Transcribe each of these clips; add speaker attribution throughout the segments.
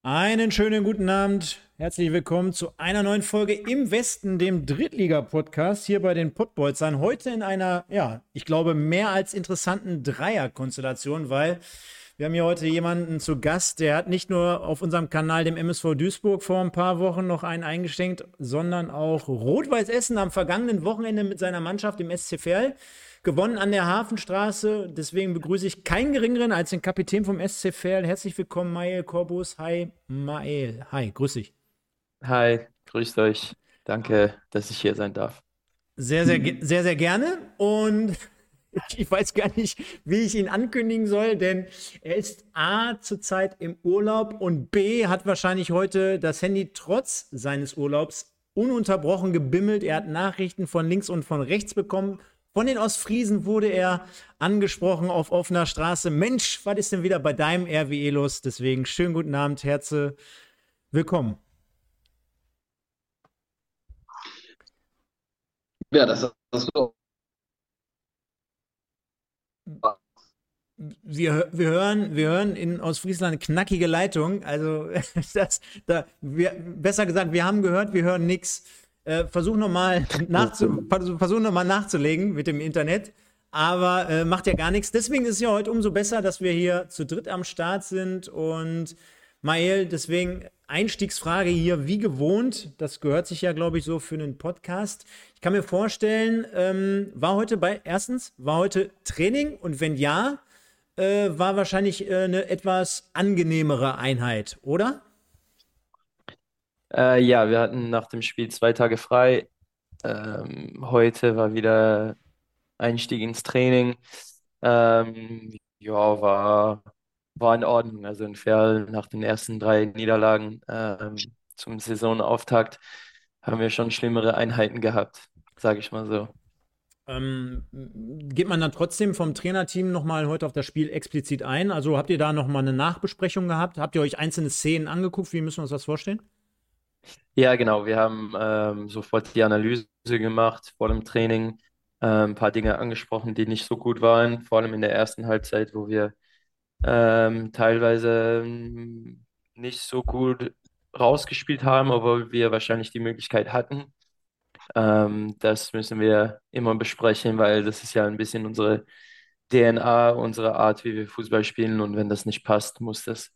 Speaker 1: Einen schönen guten Abend. Herzlich willkommen zu einer neuen Folge im Westen, dem Drittliga-Podcast hier bei den Pottbolzern. Heute in einer, ja, ich glaube, mehr als interessanten Dreierkonstellation, weil wir haben hier heute jemanden zu Gast, der hat nicht nur auf unserem Kanal, dem MSV Duisburg, vor ein paar Wochen noch einen eingeschenkt, sondern auch Rot-Weiß Essen am vergangenen Wochenende mit seiner Mannschaft, dem SC Verl, gewonnen an der Hafenstraße. Deswegen begrüße ich keinen geringeren als den Kapitän vom SC Verl. Herzlich willkommen, Mael Korbus. Hi, Mael. Hi, grüß dich.
Speaker 2: Hi, grüßt euch. Danke, dass ich hier sein darf.
Speaker 1: Sehr, sehr, sehr, sehr gerne. Und ich weiß gar nicht, wie ich ihn ankündigen soll, denn er ist A zurzeit im Urlaub und B hat wahrscheinlich heute das Handy trotz seines Urlaubs ununterbrochen gebimmelt. Er hat Nachrichten von links und von rechts bekommen. Von den Ostfriesen wurde er angesprochen auf offener Straße. Mensch, was ist denn wieder bei deinem RWE los? Deswegen schönen guten Abend, Herze. Willkommen.
Speaker 3: Ja, das ist so.
Speaker 1: Wir hören in Ostfriesland eine knackige Leitung. Also, besser gesagt, wir haben gehört, wir hören nichts. Versuch noch mal nachzulegen mit dem Internet. Aber macht ja gar nichts. Deswegen ist es ja heute umso besser, dass wir hier zu dritt am Start sind. Und Mael, deswegen Einstiegsfrage hier, wie gewohnt. Das gehört sich ja, glaube ich, so für einen Podcast. Ich kann mir vorstellen, war heute Training? Und wenn ja, war wahrscheinlich eine etwas angenehmere Einheit, oder?
Speaker 2: Ja, wir hatten nach dem Spiel 2 Tage frei. Heute war wieder Einstieg ins Training. Ja, war in Ordnung. Also in Verl nach den ersten 3 Niederlagen zum Saisonauftakt haben wir schon schlimmere Einheiten gehabt, sage ich mal so.
Speaker 1: Geht man dann trotzdem vom Trainerteam nochmal heute auf das Spiel explizit ein? Also habt ihr da nochmal eine Nachbesprechung gehabt? Habt ihr euch einzelne Szenen angeguckt? Wie müssen wir uns das vorstellen?
Speaker 2: Ja, genau. Wir haben sofort die Analyse gemacht vor dem Training, ein paar Dinge angesprochen, die nicht so gut waren, vor allem in der ersten Halbzeit, wo wir teilweise nicht so gut rausgespielt haben, obwohl wir wahrscheinlich die Möglichkeit hatten. Das müssen wir immer besprechen, weil das ist ja ein bisschen unsere DNA, unsere Art, wie wir Fußball spielen. Und wenn das nicht passt, muss das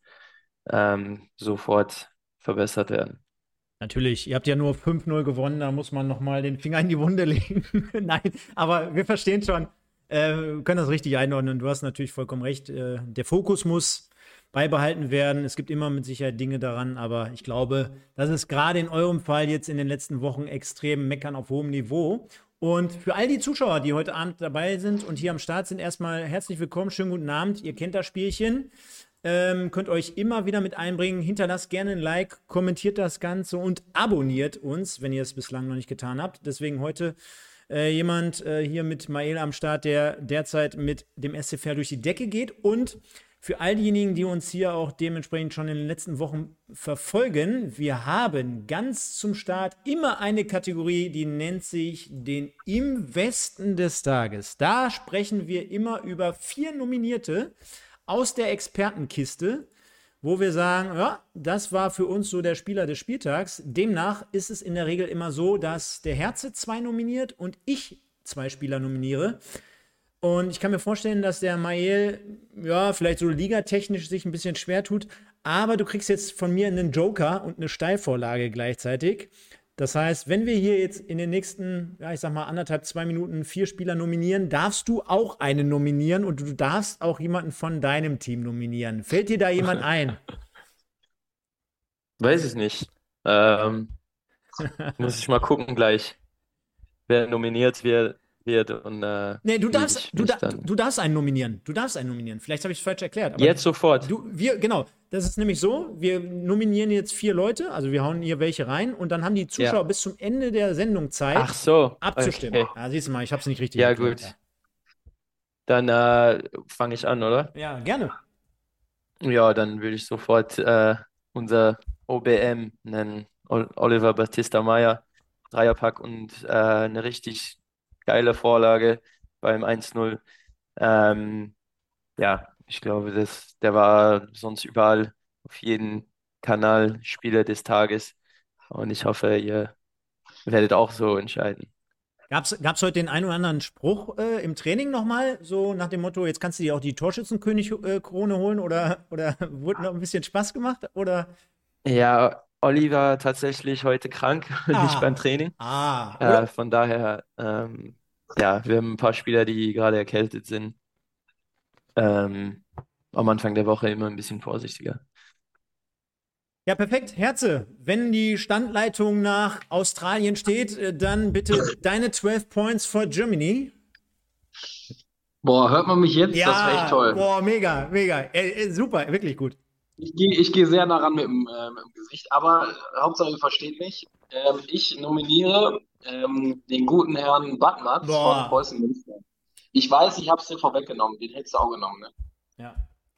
Speaker 2: sofort verbessert werden.
Speaker 1: Natürlich, ihr habt ja nur 5-0 gewonnen, da muss man nochmal den Finger in die Wunde legen. Nein, aber wir verstehen schon, können das richtig einordnen. Du hast natürlich vollkommen recht. Der Fokus muss beibehalten werden. Es gibt immer mit Sicherheit Dinge daran, aber ich glaube, das ist gerade in eurem Fall jetzt in den letzten Wochen extrem meckern auf hohem Niveau. Und für all die Zuschauer, die heute Abend dabei sind und hier am Start sind, erstmal herzlich willkommen, schönen guten Abend. Ihr kennt das Spielchen. Könnt euch immer wieder mit einbringen. Hinterlasst gerne ein Like, kommentiert das Ganze und abonniert uns, wenn ihr es bislang noch nicht getan habt. Deswegen heute jemand hier mit Mael am Start, der derzeit mit dem SCV durch die Decke geht. Und für all diejenigen, die uns hier auch dementsprechend schon in den letzten Wochen verfolgen, wir haben ganz zum Start immer eine Kategorie, die nennt sich den Im Westen des Tages. Da sprechen wir immer über 4 Nominierte aus der Expertenkiste, wo wir sagen, ja, das war für uns so der Spieler des Spieltags. Demnach ist es in der Regel immer so, dass der Herze 2 nominiert und ich 2 Spieler nominiere. Und ich kann mir vorstellen, dass der Mael, ja, vielleicht so ligatechnisch sich ein bisschen schwer tut, aber du kriegst jetzt von mir einen Joker und eine Steilvorlage gleichzeitig. Das heißt, wenn wir hier jetzt in den nächsten, ja, ich sag mal, anderthalb, 2 Minuten 4 Spieler nominieren, darfst du auch einen nominieren und du darfst auch jemanden von deinem Team nominieren. Fällt dir da jemand ein?
Speaker 2: Weiß ich nicht. Ähm, Muss ich mal gucken gleich, wer wird und
Speaker 1: Nee,
Speaker 2: wie ich mich dann.
Speaker 1: du darfst einen nominieren. Du darfst einen nominieren. Vielleicht habe ich es falsch erklärt, aber
Speaker 2: Jetzt sofort.
Speaker 1: genau, das ist nämlich so, wir nominieren jetzt 4 Leute, also wir hauen hier welche rein und dann haben die Zuschauer
Speaker 2: Ja.
Speaker 1: bis zum Ende der Sendung
Speaker 2: Ach
Speaker 1: Zeit,
Speaker 2: so,
Speaker 1: abzustimmen.
Speaker 2: okay.
Speaker 1: Ja, siehst du mal, ich habe es nicht richtig
Speaker 2: Ja,
Speaker 1: erklärt. Ja,
Speaker 2: gut. Dann fange ich an, oder?
Speaker 1: ja gerne.
Speaker 2: Ja, dann würde ich sofort unser OBM nennen. Oliver Battista Meyer. Dreierpack und eine richtig geile Vorlage beim 1-0. Ja, ich glaube, der war sonst überall auf jeden Kanal Spieler des Tages. Und ich hoffe, ihr werdet auch so entscheiden.
Speaker 1: Gab's heute den einen oder anderen Spruch im Training nochmal, so nach dem Motto, jetzt kannst du dir auch die Torschützenkönig-Krone holen oder wurde noch ein bisschen Spaß gemacht? Oder?
Speaker 2: Ja, Olli war tatsächlich heute krank und nicht beim
Speaker 1: Ah,
Speaker 2: Training.
Speaker 1: oder?
Speaker 2: Von daher, ja, wir haben ein paar Spieler, die gerade erkältet sind. Ähm, am Anfang der Woche immer ein bisschen vorsichtiger.
Speaker 1: Ja, perfekt. Herze, wenn die Standleitung nach Australien steht, dann bitte deine 12 Points for Germany.
Speaker 3: Boah, hört man mich jetzt? Das wäre echt
Speaker 1: Ja,
Speaker 3: toll.
Speaker 1: boah, mega, mega. Super, wirklich gut.
Speaker 3: Ich geh sehr nah ran mit dem Gesicht, aber Hauptsache ihr versteht mich. Ich nominiere den guten Herrn Badmatz von
Speaker 1: Boah,
Speaker 3: Preußen Münster. Ich weiß, ich habe es dir vorweggenommen. Den hättest du auch genommen, ne?
Speaker 1: ja.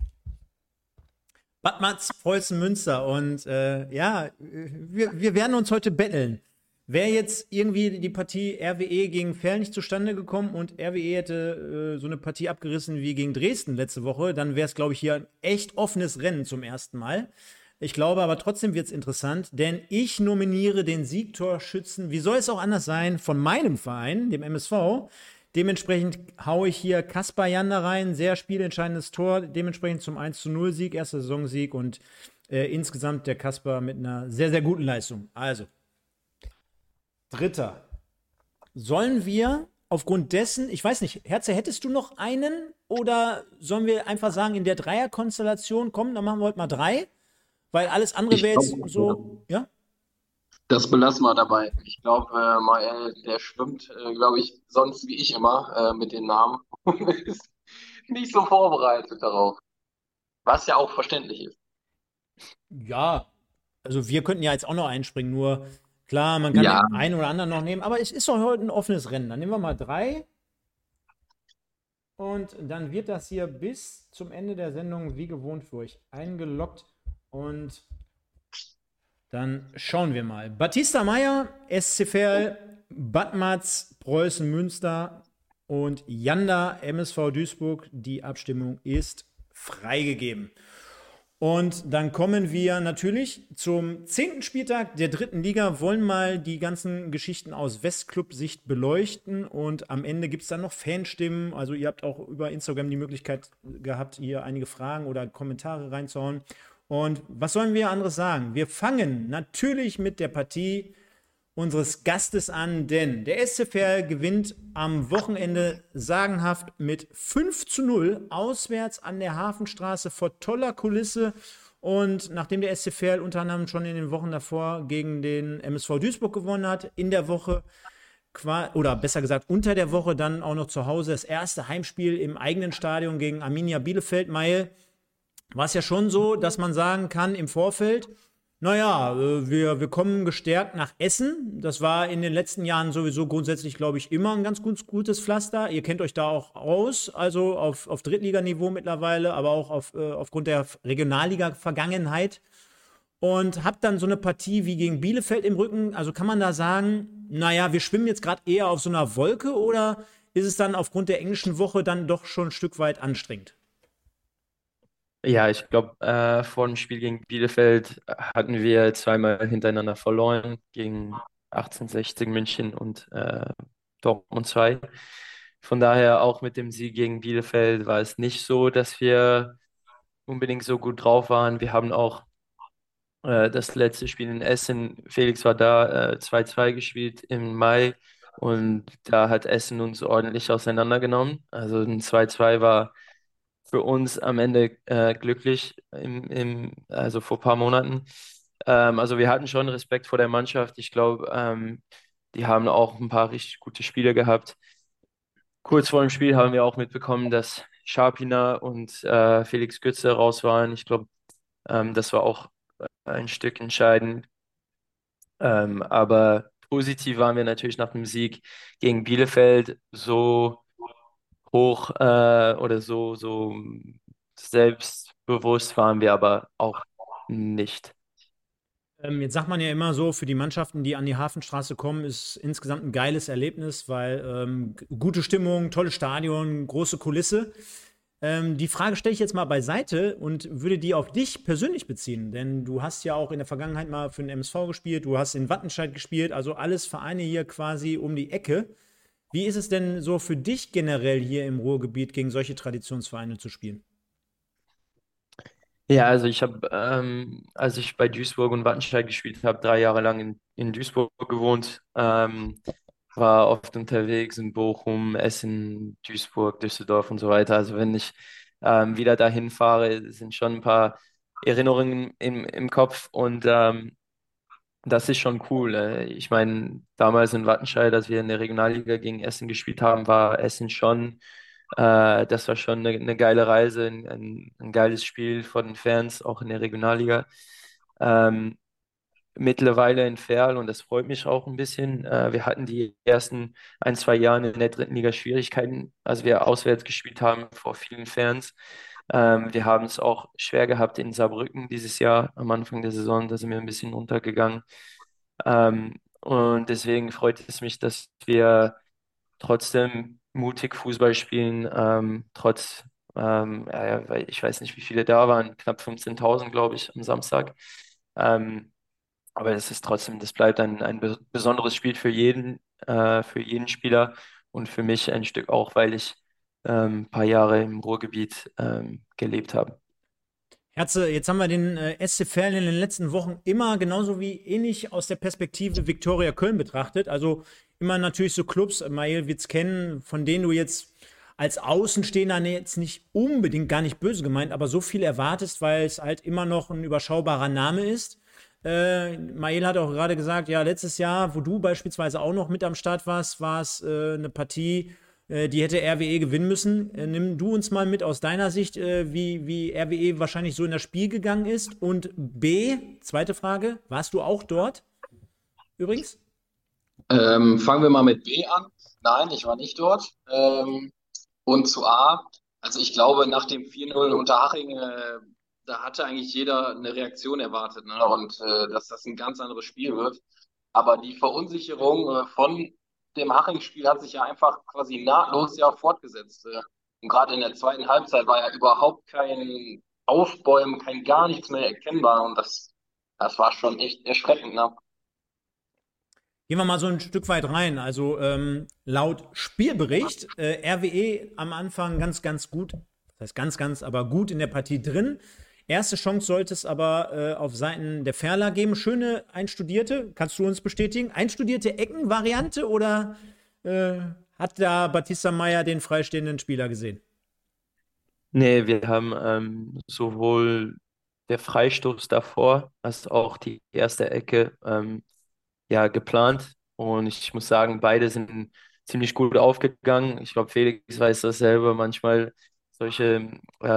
Speaker 1: Bad Matz, Preußen Münster. Und ja, wir werden uns heute betteln. Wäre jetzt irgendwie die Partie RWE gegen Ferl nicht zustande gekommen und RWE hätte so eine Partie abgerissen wie gegen Dresden letzte Woche, dann wäre es, glaube ich, hier ein echt offenes Rennen zum ersten Mal. Ich glaube aber trotzdem wird es interessant, denn ich nominiere den Siegtorschützen, wie soll es auch anders sein, von meinem Verein, dem MSV. Dementsprechend haue ich hier Kaspar Janda rein, sehr spielentscheidendes Tor, dementsprechend zum 1:0 Sieg, erster Saisonsieg und insgesamt der Kaspar mit einer sehr, sehr guten Leistung. Also, Dritter. Sollen wir aufgrund dessen, ich weiß nicht, Herze, hättest du noch einen oder sollen wir einfach sagen, in der Dreierkonstellation, komm, dann machen wir heute mal drei, weil alles andere
Speaker 3: Ich
Speaker 1: wäre jetzt
Speaker 3: glaube,
Speaker 1: so, ja?
Speaker 3: das belassen wir dabei. Ich glaube, Mael, der schwimmt, glaube ich, sonst wie ich immer mit den Namen und ist nicht so vorbereitet darauf. Was ja auch verständlich ist.
Speaker 1: Ja, also wir könnten ja jetzt auch noch einspringen, nur klar, man kann
Speaker 3: Ja,
Speaker 1: den einen oder anderen noch nehmen, aber es ist doch heute ein offenes Rennen. Dann nehmen wir mal drei und dann wird das hier bis zum Ende der Sendung wie gewohnt für euch eingeloggt und dann schauen wir mal. Batista Meyer, SC Verl, Bad Matz, Preußen Münster und Janda, MSV Duisburg. Die Abstimmung ist freigegeben. Und dann kommen wir natürlich zum 10. Spieltag der dritten Liga, wollen mal die ganzen Geschichten aus Westclub-Sicht beleuchten und am Ende gibt es dann noch Fanstimmen. Also ihr habt auch über Instagram die Möglichkeit gehabt, hier einige Fragen oder Kommentare reinzuhauen. Und was sollen wir anderes sagen? Wir fangen natürlich mit der Partie unseres Gastes an, denn der SC Verl gewinnt am Wochenende sagenhaft mit 5:0 auswärts an der Hafenstraße vor toller Kulisse. Und nachdem der SC Verl unter anderem schon in den Wochen davor gegen den MSV Duisburg gewonnen hat, in der Woche, oder besser gesagt unter der Woche dann auch noch zu Hause das erste Heimspiel im eigenen Stadion gegen Arminia Bielefeld, Meil, war es ja schon so, dass man sagen kann im Vorfeld, naja, wir kommen gestärkt nach Essen. Das war in den letzten Jahren sowieso grundsätzlich, glaube ich, immer ein ganz gutes Pflaster. Ihr kennt euch da auch aus, also auf Drittliganiveau mittlerweile, aber auch aufgrund der Regionalliga-Vergangenheit. Und habt dann so eine Partie wie gegen Bielefeld im Rücken. Also kann man da sagen, naja, wir schwimmen jetzt gerade eher auf so einer Wolke oder ist es dann aufgrund der englischen Woche dann doch schon ein Stück weit anstrengend?
Speaker 2: Ja, ich glaube, vor dem Spiel gegen Bielefeld hatten wir zweimal hintereinander verloren, gegen 1860 München und Dortmund 2. Von daher auch mit dem Sieg gegen Bielefeld war es nicht so, dass wir unbedingt so gut drauf waren. Wir haben auch das letzte Spiel in Essen, Felix war da, 2:2 gespielt im Mai und da hat Essen uns ordentlich auseinandergenommen. Also ein 2:2 war für uns am Ende glücklich, also vor ein paar Monaten. Also wir hatten schon Respekt vor der Mannschaft. Ich glaube, die haben auch ein paar richtig gute Spiele gehabt. Kurz vor dem Spiel haben wir auch mitbekommen, dass Scharpiner und Felix Gütze raus waren. Ich glaube, das war auch ein Stück entscheidend. Aber positiv waren wir natürlich nach dem Sieg gegen Bielefeld so hoch oder so selbstbewusst waren wir aber auch nicht.
Speaker 1: Jetzt sagt man ja immer so, für die Mannschaften, die an die Hafenstraße kommen, ist insgesamt ein geiles Erlebnis, weil gute Stimmung, tolles Stadion, große Kulisse. Die Frage stelle ich jetzt mal beiseite und würde die auf dich persönlich beziehen, denn du hast ja auch in der Vergangenheit mal für den MSV gespielt, du hast in Wattenscheid gespielt, also alles Vereine hier quasi um die Ecke. Wie ist es denn so für dich generell hier im Ruhrgebiet gegen solche Traditionsvereine zu spielen?
Speaker 2: Ja, also ich habe, als ich bei Duisburg und Wattenscheid gespielt habe, 3 Jahre lang in Duisburg gewohnt, war oft unterwegs in Bochum, Essen, Duisburg, Düsseldorf und so weiter. Also wenn ich wieder dahin fahre, sind schon ein paar Erinnerungen im Kopf und das ist schon cool. Ich meine, damals in Wattenscheid, als wir in der Regionalliga gegen Essen gespielt haben, war Essen schon, das war schon eine geile Reise, ein geiles Spiel von den Fans, auch in der Regionalliga. Ähm, Mittlerweile in Verl und das freut mich auch ein bisschen. Wir hatten die ersten 1, 2 Jahre in der dritten Liga Schwierigkeiten, als wir auswärts gespielt haben vor vielen Fans. Wir haben es auch schwer gehabt in Saarbrücken dieses Jahr am Anfang der Saison, da sind wir ein bisschen untergegangen. Und deswegen freut es mich, dass wir trotzdem mutig Fußball spielen, trotz, ja, weil ich weiß nicht, wie viele da waren, knapp 15.000, glaube ich, am Samstag. Ähm, aber es ist trotzdem, das bleibt ein besonderes Spiel für jeden Spieler und für mich ein Stück auch, weil ich ein paar Jahre im Ruhrgebiet gelebt habe.
Speaker 1: Herze, jetzt haben wir den SC Verl in den letzten Wochen immer genauso wie ähnlich aus der Perspektive Viktoria Köln betrachtet. Also immer natürlich so Clubs, Mael wird's kennen, von denen du jetzt als Außenstehender jetzt nicht unbedingt gar nicht böse gemeint, aber so viel erwartest, weil es halt immer noch ein überschaubarer Name ist. Mael hat auch gerade gesagt, ja, letztes Jahr, wo du beispielsweise auch noch mit am Start warst, war es eine Partie, die hätte RWE gewinnen müssen. Nimm du uns mal mit aus deiner Sicht, wie RWE wahrscheinlich so in das Spiel gegangen ist. Und B, zweite Frage, warst du auch dort übrigens?
Speaker 3: Fangen wir mal mit B an. Nein, ich war nicht dort. Und zu A, also ich glaube, nach dem 4-0 unter Haching, da hatte eigentlich jeder eine Reaktion erwartet, ne? Und dass das ein ganz anderes Spiel wird. Aber die Verunsicherung von dem Haching-Spiel hat sich ja einfach quasi nahtlos ja fortgesetzt. Und gerade in der zweiten Halbzeit war ja überhaupt kein Aufbäumen, kein gar nichts mehr erkennbar. Und das war schon echt erschreckend, ne?
Speaker 1: Gehen wir mal so ein Stück weit rein. Also laut Spielbericht RWE am Anfang ganz gut, das heißt ganz, aber gut in der Partie drin. Erste Chance sollte es aber auf Seiten der Ferler geben. Schöne einstudierte, kannst du uns bestätigen? Einstudierte Eckenvariante oder hat da Batista Meyer den freistehenden Spieler gesehen?
Speaker 2: Nee, wir haben sowohl der Freistoß davor als auch die erste Ecke ja, geplant. Und ich muss sagen, beide sind ziemlich gut aufgegangen. Ich glaube, Felix weiß das selber. Manchmal solche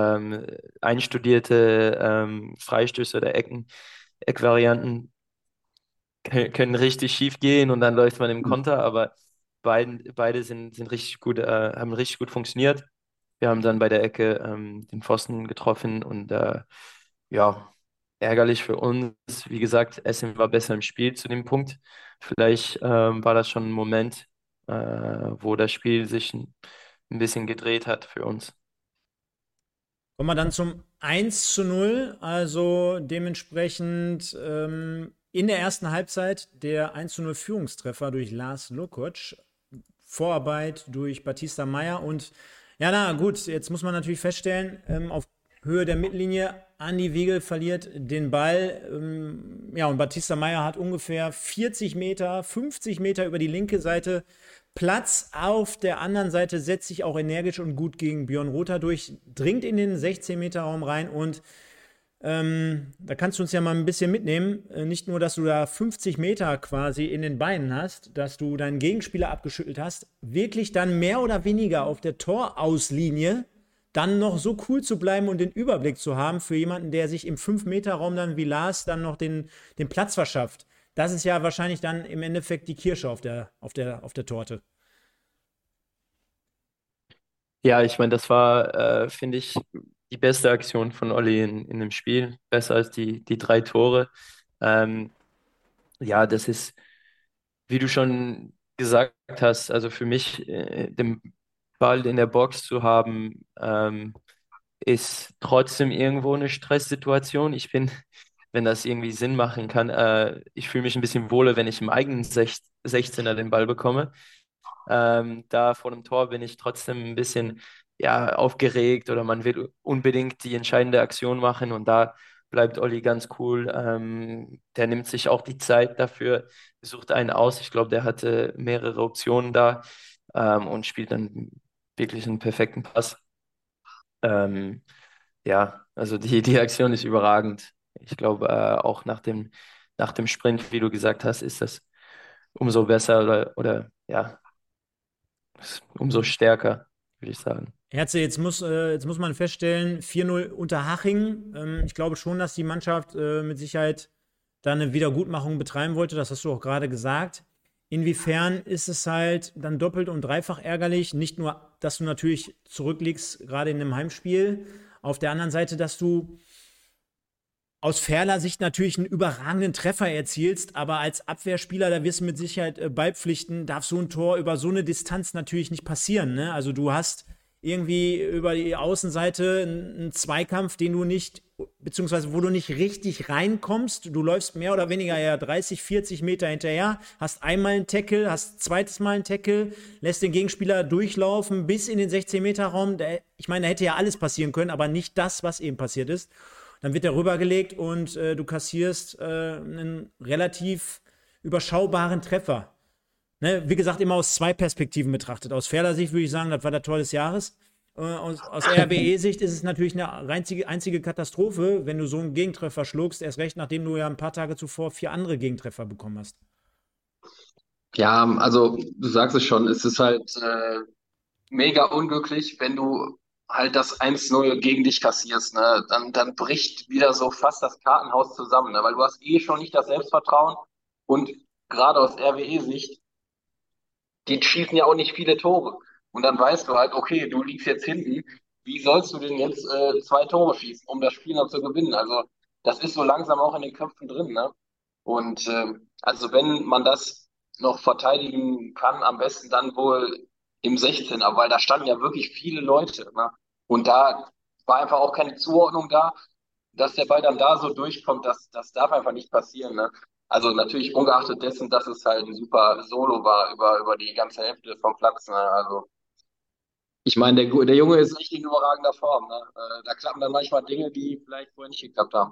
Speaker 2: einstudierte Freistöße oder Eckvarianten können richtig schief gehen und dann läuft man im Konter. Aber beide sind richtig gut, haben richtig gut funktioniert. Wir haben dann bei der Ecke den Pfosten getroffen und ja, ärgerlich für uns. Wie gesagt, Essen war besser im Spiel zu dem Punkt. Vielleicht war das schon ein Moment, wo das Spiel sich ein bisschen gedreht hat für uns.
Speaker 1: Kommen wir dann zum 1:0, also dementsprechend in der ersten Halbzeit der 1:0 Führungstreffer durch Lars Lukoc, Vorarbeit durch Batista Meyer und ja, na gut, jetzt muss man natürlich feststellen, auf Höhe der Mittellinie, Andi Wiegel verliert den Ball, ja, und Batista Meyer hat ungefähr 40 Meter, 50 Meter über die linke Seite Platz. Auf der anderen Seite setzt sich auch energisch und gut gegen Björn Rother durch, dringt in den 16-Meter-Raum rein und da kannst du uns ja mal ein bisschen mitnehmen. Nicht nur, dass du da 50 Meter quasi in den Beinen hast, dass du deinen Gegenspieler abgeschüttelt hast, wirklich dann mehr oder weniger auf der Torauslinie dann noch so cool zu bleiben und den Überblick zu haben für jemanden, der sich im 5-Meter-Raum dann wie Lars dann noch den Platz verschafft. Das ist ja wahrscheinlich dann im Endeffekt die Kirsche auf der Torte.
Speaker 2: Ja, ich meine, das war, finde ich, die beste Aktion von Olli in dem Spiel. Besser als die 3 Tore. Ähm, ja, das ist, wie du schon gesagt hast, also für mich, den Ball in der Box zu haben, ist trotzdem irgendwo eine Stresssituation. Wenn das irgendwie Sinn machen kann, ich fühle mich ein bisschen wohler, wenn ich im eigenen 16er den Ball bekomme. Da vor dem Tor bin ich trotzdem ein bisschen ja, aufgeregt oder man will unbedingt die entscheidende Aktion machen und da bleibt Olli ganz cool. Der nimmt sich auch die Zeit dafür, sucht einen aus. Ich glaube, der hatte mehrere Optionen da und spielt dann wirklich einen perfekten Pass. Ähm, ja, also die Aktion ist überragend. Ich glaube, auch nach dem Sprint, wie du gesagt hast, ist das umso besser oder ja, ist umso stärker, würde ich sagen.
Speaker 1: Herze, jetzt muss man feststellen, 4-0 unter Haching. Ich glaube schon, dass die Mannschaft mit Sicherheit da eine Wiedergutmachung betreiben wollte. Das hast du auch gerade gesagt. Inwiefern ist es halt dann doppelt und dreifach ärgerlich? Nicht nur, dass du natürlich zurückliegst, gerade in einem Heimspiel. Auf der anderen Seite, dass du aus Ferler Sicht natürlich einen überragenden Treffer erzielst, aber als Abwehrspieler, da wirst du mit Sicherheit beipflichten, darf so ein Tor über so eine Distanz natürlich nicht passieren. Ne? Also du hast irgendwie über die Außenseite einen Zweikampf, den du nicht, beziehungsweise wo du nicht richtig reinkommst. Du läufst mehr oder weniger ja 30, 40 Meter hinterher, hast einmal einen Tackle, hast zweites Mal einen Tackle, lässt den Gegenspieler durchlaufen bis in den 16-Meter-Raum. Ich meine, da hätte ja alles passieren können, aber nicht das, was eben passiert ist. Dann wird er rübergelegt und du kassierst einen relativ überschaubaren Treffer. Ne? Wie gesagt, immer aus zwei Perspektiven betrachtet. Aus Ferler Sicht würde ich sagen, das war der Tor des Jahres. Aus RWE-Sicht ist es natürlich eine einzige Katastrophe, wenn du so einen Gegentreffer schluckst, erst recht, nachdem du ja ein paar Tage zuvor 4 andere Gegentreffer bekommen hast.
Speaker 3: Ja, also du sagst es schon, es ist halt mega unglücklich, wenn du halt das 1-0 gegen dich kassierst, ne? Dann bricht wieder so fast das Kartenhaus zusammen, ne? Weil du hast eh schon nicht das Selbstvertrauen und gerade aus RWE-Sicht, die schießen ja auch nicht viele Tore. Und dann weißt du halt, okay, du liegst jetzt hinten, wie sollst du denn jetzt 2 Tore schießen, um das Spiel noch zu gewinnen? Also das ist so langsam auch in den Köpfen drin, ne? Und also wenn man das noch verteidigen kann, am besten dann wohl im 16er, weil da standen ja wirklich viele Leute, ne? Und da war einfach auch keine Zuordnung da, dass der Ball dann da so durchkommt, das darf einfach nicht passieren, ne? Also natürlich ungeachtet dessen, dass es halt ein super Solo war über die ganze Hälfte vom Platz, ne? Also ich meine, der Junge ist echt in überragender Form, ne? Da klappen dann manchmal Dinge, die vielleicht vorher nicht geklappt haben.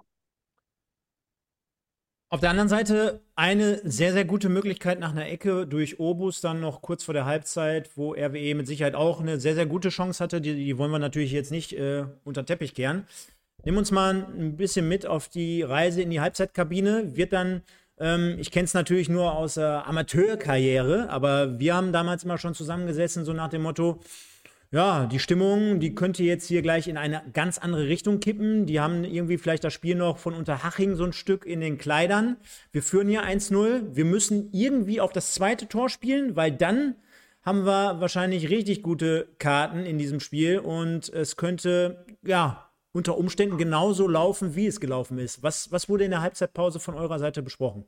Speaker 1: Auf der anderen Seite eine sehr, sehr gute Möglichkeit nach einer Ecke durch Obus dann noch kurz vor der Halbzeit, wo RWE mit Sicherheit auch eine sehr, sehr gute Chance hatte. Die wollen wir natürlich jetzt nicht unter den Teppich kehren. Nimm uns mal ein bisschen mit auf die Reise in die Halbzeitkabine. Wird dann, ich kenne es natürlich nur aus der Amateurkarriere, aber wir haben damals immer schon zusammengesessen, so nach dem Motto, ja, die Stimmung, die könnte jetzt hier gleich in eine ganz andere Richtung kippen. Die haben irgendwie vielleicht das Spiel noch von Unterhaching so ein Stück in den Kleidern. Wir führen hier 1-0. Wir müssen irgendwie auf das zweite Tor spielen, weil dann haben wir wahrscheinlich richtig gute Karten in diesem Spiel und es könnte, ja, unter Umständen genauso laufen, wie es gelaufen ist. Was wurde in der Halbzeitpause von eurer Seite besprochen?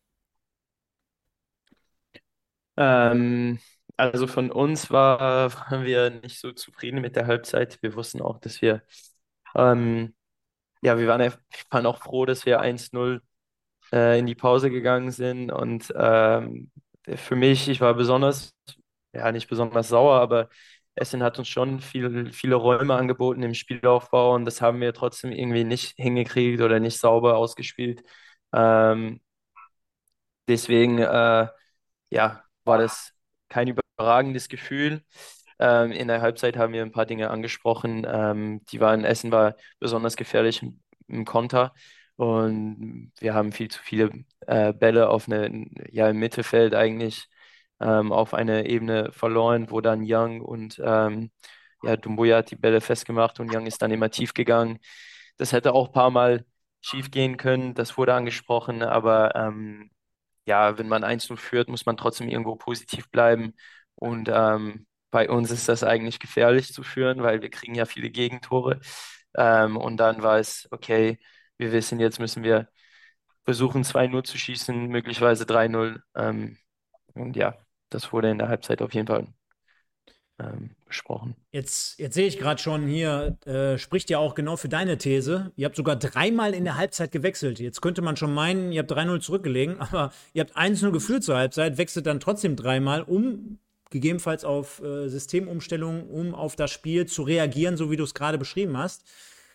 Speaker 2: Ähm, also von uns waren wir nicht so zufrieden mit der Halbzeit. Wir wussten auch, dass ähm, ja, wir waren auch froh, dass wir 1-0 in die Pause gegangen sind. Und für mich, ich war besonders, ja, nicht besonders sauer, aber Essen hat uns schon viele Räume angeboten im Spielaufbau und das haben wir trotzdem irgendwie nicht hingekriegt oder nicht sauber ausgespielt. Ähm, deswegen, ja, war das kein überragendes Gefühl. In der Halbzeit haben wir ein paar Dinge angesprochen. Essen war besonders gefährlich im Konter und wir haben viel zu viele Bälle ja, im Mittelfeld eigentlich auf eine Ebene verloren, wo dann Young und ja, Doumbouya hat die Bälle festgemacht und Young ist dann immer tief gegangen. Das hätte auch ein paar Mal schief gehen können, das wurde angesprochen, aber ja, wenn man 1-0 führt, muss man trotzdem irgendwo positiv bleiben. Und bei uns ist das eigentlich gefährlich zu führen, weil wir kriegen ja viele Gegentore. Und dann war es, okay, wir wissen, jetzt müssen wir versuchen, 2-0 zu schießen, möglicherweise 3-0. Und ja, das wurde in der Halbzeit auf jeden Fall besprochen.
Speaker 1: Jetzt sehe ich gerade schon hier, spricht ja auch genau für deine These. Ihr habt sogar dreimal in der Halbzeit gewechselt. Jetzt könnte man schon meinen, ihr habt 3-0 zurückgelegen, aber ihr habt 1-0 geführt zur Halbzeit, wechselt dann trotzdem dreimal, um gegebenenfalls auf Systemumstellungen, um auf das Spiel zu reagieren, so wie du es gerade beschrieben hast.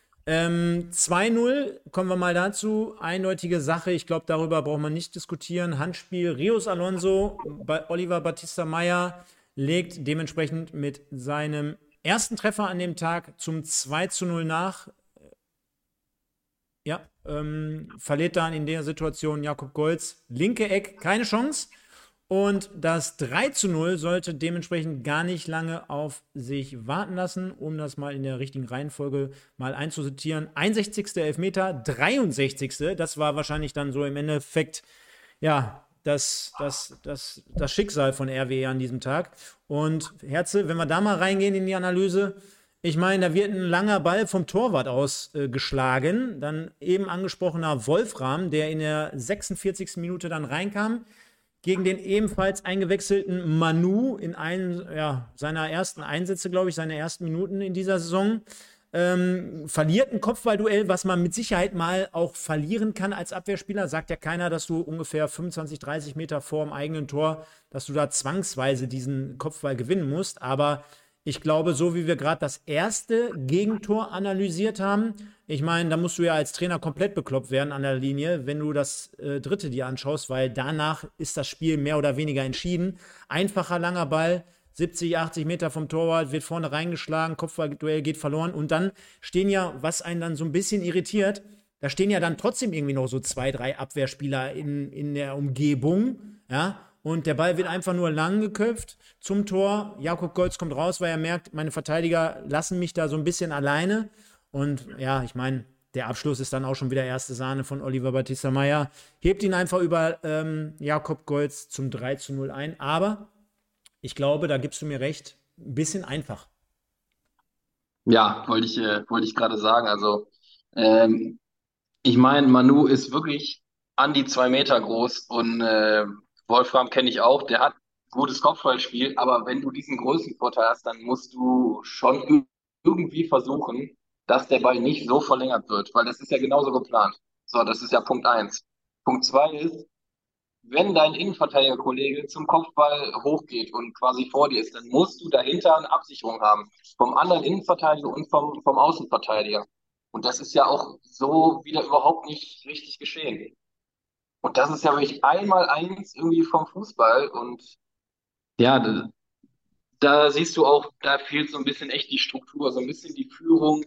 Speaker 1: 2-0, kommen wir mal dazu. Eindeutige Sache, ich glaube, darüber braucht man nicht diskutieren. Handspiel, Rios Alonso, Oliver Batista Meyer legt dementsprechend mit seinem ersten Treffer an dem Tag zum 2-0 nach. Ja, verliert dann in der Situation Jakob Golz. Linke Eck, keine Chance. Und das 3-0 sollte dementsprechend gar nicht lange auf sich warten lassen, um das mal in der richtigen Reihenfolge mal einzusortieren. 61. Elfmeter, 63. Das war wahrscheinlich dann so im Endeffekt, ja, das Schicksal von RWE an diesem Tag. Und Herze, wenn wir da mal reingehen in die Analyse, ich meine, da wird ein langer Ball vom Torwart aus geschlagen. Dann eben angesprochener Wolfram, der in der 46. Minute dann reinkam, gegen den ebenfalls eingewechselten Manu in einem seiner ersten Einsätze, glaube ich, seine ersten Minuten in dieser Saison. Verliert ein Kopfballduell, was man mit Sicherheit mal auch verlieren kann als Abwehrspieler. Sagt ja keiner, dass du ungefähr 25, 30 Meter vor dem eigenen Tor, dass du da zwangsweise diesen Kopfball gewinnen musst. Aber ich glaube, so wie wir gerade das erste Gegentor analysiert haben, ich meine, da musst du ja als Trainer komplett bekloppt werden an der Linie, wenn du das dritte dir anschaust, weil danach ist das Spiel mehr oder weniger entschieden. Einfacher, langer Ball, 70, 80 Meter vom Torwart, wird vorne reingeschlagen, Kopfballduell geht verloren und dann stehen ja, was einen dann so ein bisschen irritiert, da stehen ja dann trotzdem irgendwie noch so 2, 3 Abwehrspieler in der Umgebung, ja, und der Ball wird einfach nur lang geköpft zum Tor. Jakob Golz kommt raus, weil er merkt, meine Verteidiger lassen mich da so ein bisschen alleine. Und ja, ich meine, der Abschluss ist dann auch schon wieder erste Sahne von Oliver Batista Meyer. Hebt ihn einfach über Jakob Golz zum 3-0 ein. Aber ich glaube, da gibst du mir recht, ein bisschen einfach.
Speaker 3: Ja, wollte ich gerade sagen. Also, ähm, ich meine, Manu ist wirklich an die 2 Meter groß und Wolfram kenne ich auch, der hat gutes Kopfballspiel, aber wenn du diesen Größenvorteil hast, dann musst du schon irgendwie versuchen, dass der Ball nicht so verlängert wird, weil das ist ja genauso geplant. So, das ist ja Punkt eins. Punkt zwei ist, wenn dein Innenverteidigerkollege zum Kopfball hochgeht und quasi vor dir ist, dann musst du dahinter eine Absicherung haben. Vom anderen Innenverteidiger und vom Außenverteidiger. Und das ist ja auch so wieder überhaupt nicht richtig geschehen. Und das ist ja wirklich einmal eins irgendwie vom Fußball. Und ja, da siehst du auch, da fehlt so ein bisschen echt die Struktur, so ein bisschen die Führung.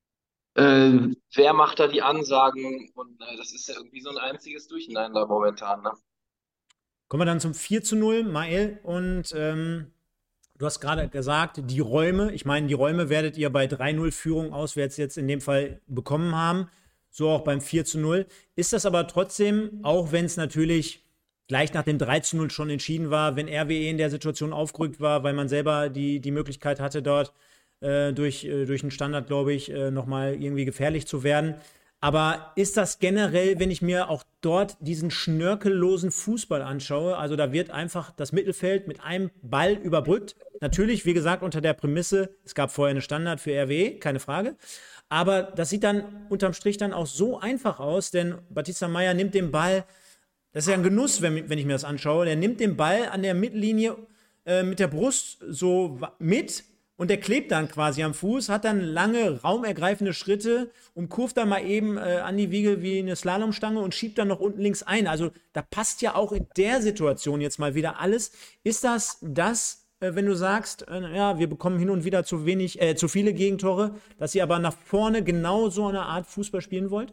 Speaker 3: Wer macht da die Ansagen? Und das ist ja irgendwie so ein einziges Durcheinander momentan, ne?
Speaker 1: Kommen wir dann zum 4-0, Mael. Und du hast gerade gesagt, die Räume. Ich meine, die Räume werdet ihr bei 3-0 Führung auswärts jetzt in dem Fall bekommen haben. So auch beim 4-0. Ist das aber trotzdem, auch wenn es natürlich gleich nach dem 3-0 schon entschieden war, wenn RWE in der Situation aufgerückt war, weil man selber die Möglichkeit hatte, dort durch einen Standard, glaube ich, nochmal irgendwie gefährlich zu werden. Aber ist das generell, wenn ich mir auch dort diesen schnörkellosen Fußball anschaue, also da wird einfach das Mittelfeld mit einem Ball überbrückt. Natürlich, wie gesagt, unter der Prämisse, es gab vorher eine Standard für RWE, keine Frage. Aber das sieht dann unterm Strich dann auch so einfach aus, denn Batista Meyer nimmt den Ball, das ist ja ein Genuss, wenn ich mir das anschaue, der nimmt den Ball an der Mittellinie mit der Brust so mit und der klebt dann quasi am Fuß, hat dann lange, raumergreifende Schritte und kurvt dann mal eben an die Wiege wie eine Slalomstange und schiebt dann noch unten links ein. Also da passt ja auch in der Situation jetzt mal wieder alles. Ist das, wenn du sagst, ja, wir bekommen hin und wieder zu viele Gegentore, dass ihr aber nach vorne genau so eine Art Fußball spielen wollt?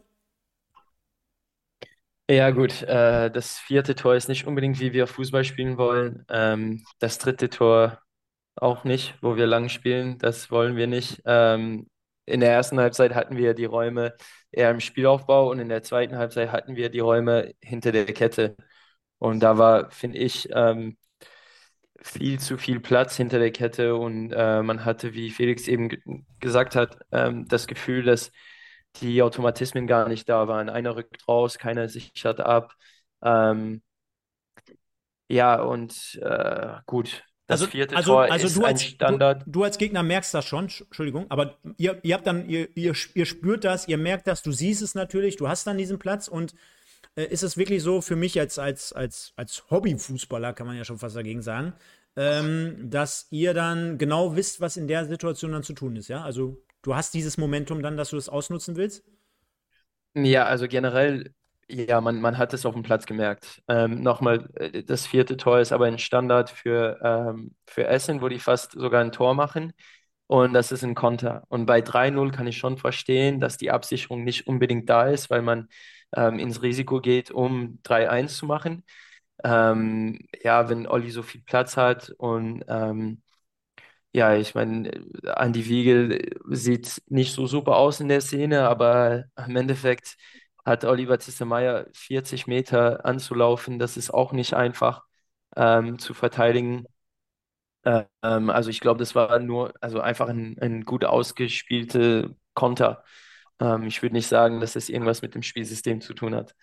Speaker 2: Ja, gut, das vierte Tor ist nicht unbedingt, wie wir Fußball spielen wollen. Das dritte Tor auch nicht, wo wir lang spielen. Das wollen wir nicht. In der ersten Halbzeit hatten wir die Räume eher im Spielaufbau und in der zweiten Halbzeit hatten wir die Räume hinter der Kette. Und da war, finde ich, viel zu viel Platz hinter der Kette und man hatte, wie Felix eben gesagt hat, das Gefühl, dass die Automatismen gar nicht da waren. Einer rückt raus, keiner sichert ab. Ja, und gut, Das vierte Tor ist ein Standard.
Speaker 1: du als Gegner merkst das schon, Entschuldigung, aber ihr habt dann, ihr spürt das, ihr merkt das, du siehst es natürlich, du hast dann diesen Platz und ist es wirklich so für mich als Hobbyfußballer, kann man ja schon fast dagegen sagen, dass ihr dann genau wisst, was in der Situation dann zu tun ist, ja? Also du hast dieses Momentum dann, dass du das ausnutzen willst?
Speaker 2: Ja, also generell, ja, man hat es auf dem Platz gemerkt. Nochmal, das vierte Tor ist aber ein Standard für Essen, wo die fast sogar ein Tor machen. Und das ist ein Konter. Und bei 3-0 kann ich schon verstehen, dass die Absicherung nicht unbedingt da ist, weil man ins Risiko geht, um 3-1 zu machen. Ja, wenn Olli so viel Platz hat und ja, ich meine, Andi Wiegel sieht nicht so super aus in der Szene, aber im Endeffekt hat Oliver Zissemeyer 40 Meter anzulaufen. Das ist auch nicht einfach zu verteidigen. Also ich glaube, das war nur, also einfach ein gut ausgespielte Konter. Ich würde nicht sagen, dass es irgendwas mit dem Spielsystem zu tun hat.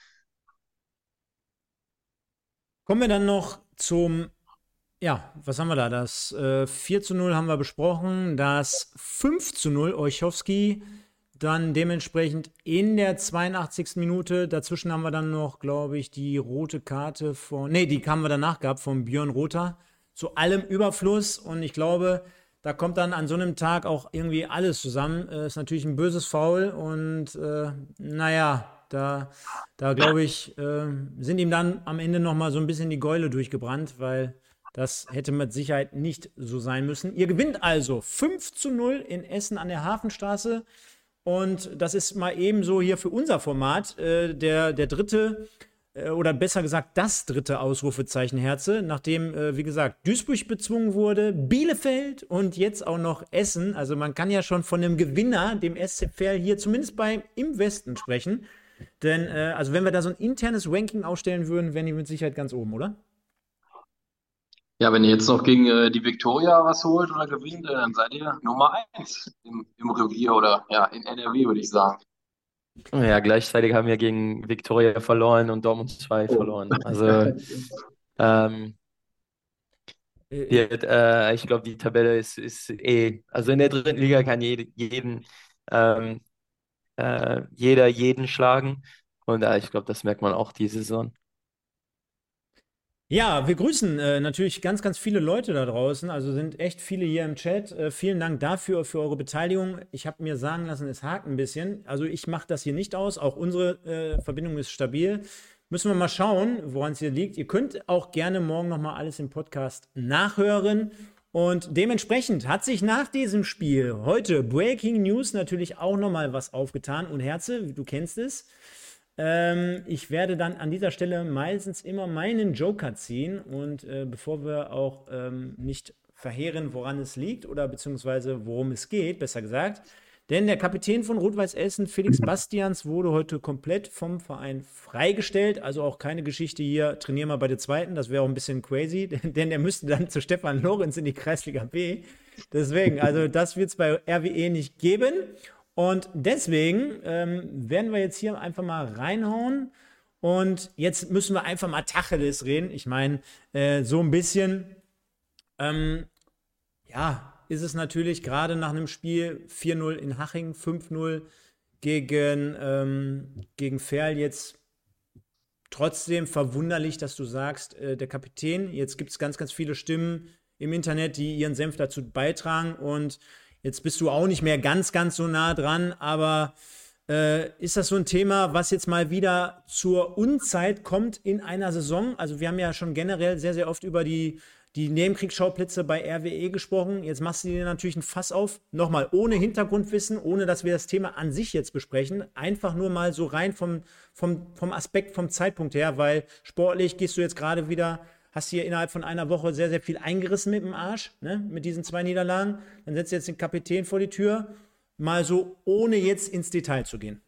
Speaker 1: Kommen wir dann noch zum, ja, was haben wir da? Das 4:0 haben wir besprochen, das 5:0 Olschowski dann dementsprechend in der 82. Minute. Dazwischen haben wir dann noch, glaube ich, die rote Karte von, nee, die haben wir danach gehabt von Björn Rother. Zu allem Überfluss und ich glaube, da kommt dann an so einem Tag auch irgendwie alles zusammen. Ist natürlich ein böses Foul und naja, da glaube ich, sind ihm dann am Ende nochmal so ein bisschen die Gäule durchgebrannt, weil das hätte mit Sicherheit nicht so sein müssen. Ihr gewinnt also 5:0 in Essen an der Hafenstraße. Und das ist mal ebenso hier für unser Format der dritte oder besser gesagt das dritte Ausrufezeichen Herze, nachdem, wie gesagt, Duisburg bezwungen wurde, Bielefeld und jetzt auch noch Essen. Also man kann ja schon von einem Gewinner, dem SC Verl, hier zumindest im Westen sprechen. Denn, also wenn wir da so ein internes Ranking aufstellen würden, wären die mit Sicherheit ganz oben, oder?
Speaker 3: Ja, wenn ihr jetzt noch gegen die Viktoria was holt oder gewinnt, dann seid ihr Nummer eins im Revier oder ja, in NRW, würde ich sagen.
Speaker 2: Ja, gleichzeitig haben wir gegen Viktoria verloren und Dortmund 2
Speaker 3: Oh.
Speaker 2: verloren. Also ähm,
Speaker 1: Äh,
Speaker 2: ich glaube, die Tabelle ist eh, also in der dritten Liga kann ähm, jeder jeden schlagen. Und ich glaube, das merkt man auch diese Saison.
Speaker 1: Ja, wir grüßen natürlich ganz, ganz viele Leute da draußen. Also sind echt viele hier im Chat. Vielen Dank dafür, für eure Beteiligung. Ich habe mir sagen lassen, es hakt ein bisschen. Also ich mache das hier nicht aus. Auch unsere Verbindung ist stabil. Müssen wir mal schauen, woran es hier liegt. Ihr könnt auch gerne morgen nochmal alles im Podcast nachhören. Und dementsprechend hat sich nach diesem Spiel heute Breaking News natürlich auch nochmal was aufgetan. Und Herze, du kennst es. Ich werde dann an dieser Stelle meistens immer meinen Joker ziehen und bevor wir auch nicht verheeren, woran es liegt oder beziehungsweise worum es geht, besser gesagt. Denn der Kapitän von Rot-Weiß Essen, Felix Bastians, wurde heute komplett vom Verein freigestellt. Also auch keine Geschichte hier, trainieren wir bei der zweiten. Das wäre auch ein bisschen crazy, denn er müsste dann zu Stefan Lorenz in die Kreisliga B. Deswegen, also das wird es bei RWE nicht geben. Und deswegen werden wir jetzt hier einfach mal reinhauen. Und jetzt müssen wir einfach mal Tacheles reden. Ich meine, so ein bisschen, ja, ist es natürlich gerade nach einem Spiel 4:0 in Haching, 5:0 gegen Verl jetzt trotzdem verwunderlich, dass du sagst, der Kapitän, jetzt gibt es ganz, ganz viele Stimmen im Internet, die ihren Senf dazu beitragen und jetzt bist du auch nicht mehr ganz, ganz so nah dran, aber ist das so ein Thema, was jetzt mal wieder zur Unzeit kommt in einer Saison? Also wir haben ja schon generell sehr, sehr oft über die Nebenkriegsschauplätze bei RWE gesprochen. Jetzt machst du dir natürlich ein Fass auf. Nochmal, ohne Hintergrundwissen, ohne dass wir das Thema an sich jetzt besprechen. Einfach nur mal so rein vom Aspekt, vom Zeitpunkt her, weil sportlich gehst du jetzt gerade wieder, hast hier innerhalb von einer Woche sehr, sehr viel eingerissen mit dem Arsch, ne? Mit diesen 2 Niederlagen. Dann setzt du jetzt den Kapitän vor die Tür. Mal so, ohne jetzt ins Detail zu gehen.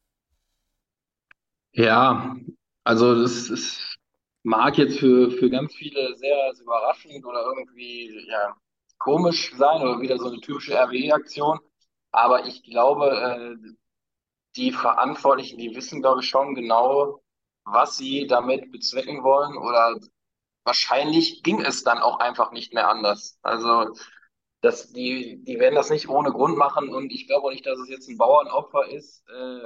Speaker 3: Ja, also mag jetzt für ganz viele sehr, sehr überraschend oder irgendwie ja, komisch sein oder wieder so eine typische RWE-Aktion. Aber ich glaube, die Verantwortlichen, die wissen, glaube ich, schon genau, was sie damit bezwecken wollen oder wahrscheinlich ging es dann auch einfach nicht mehr anders. Also die werden das nicht ohne Grund machen und ich glaube auch nicht, dass es jetzt ein Bauernopfer ist.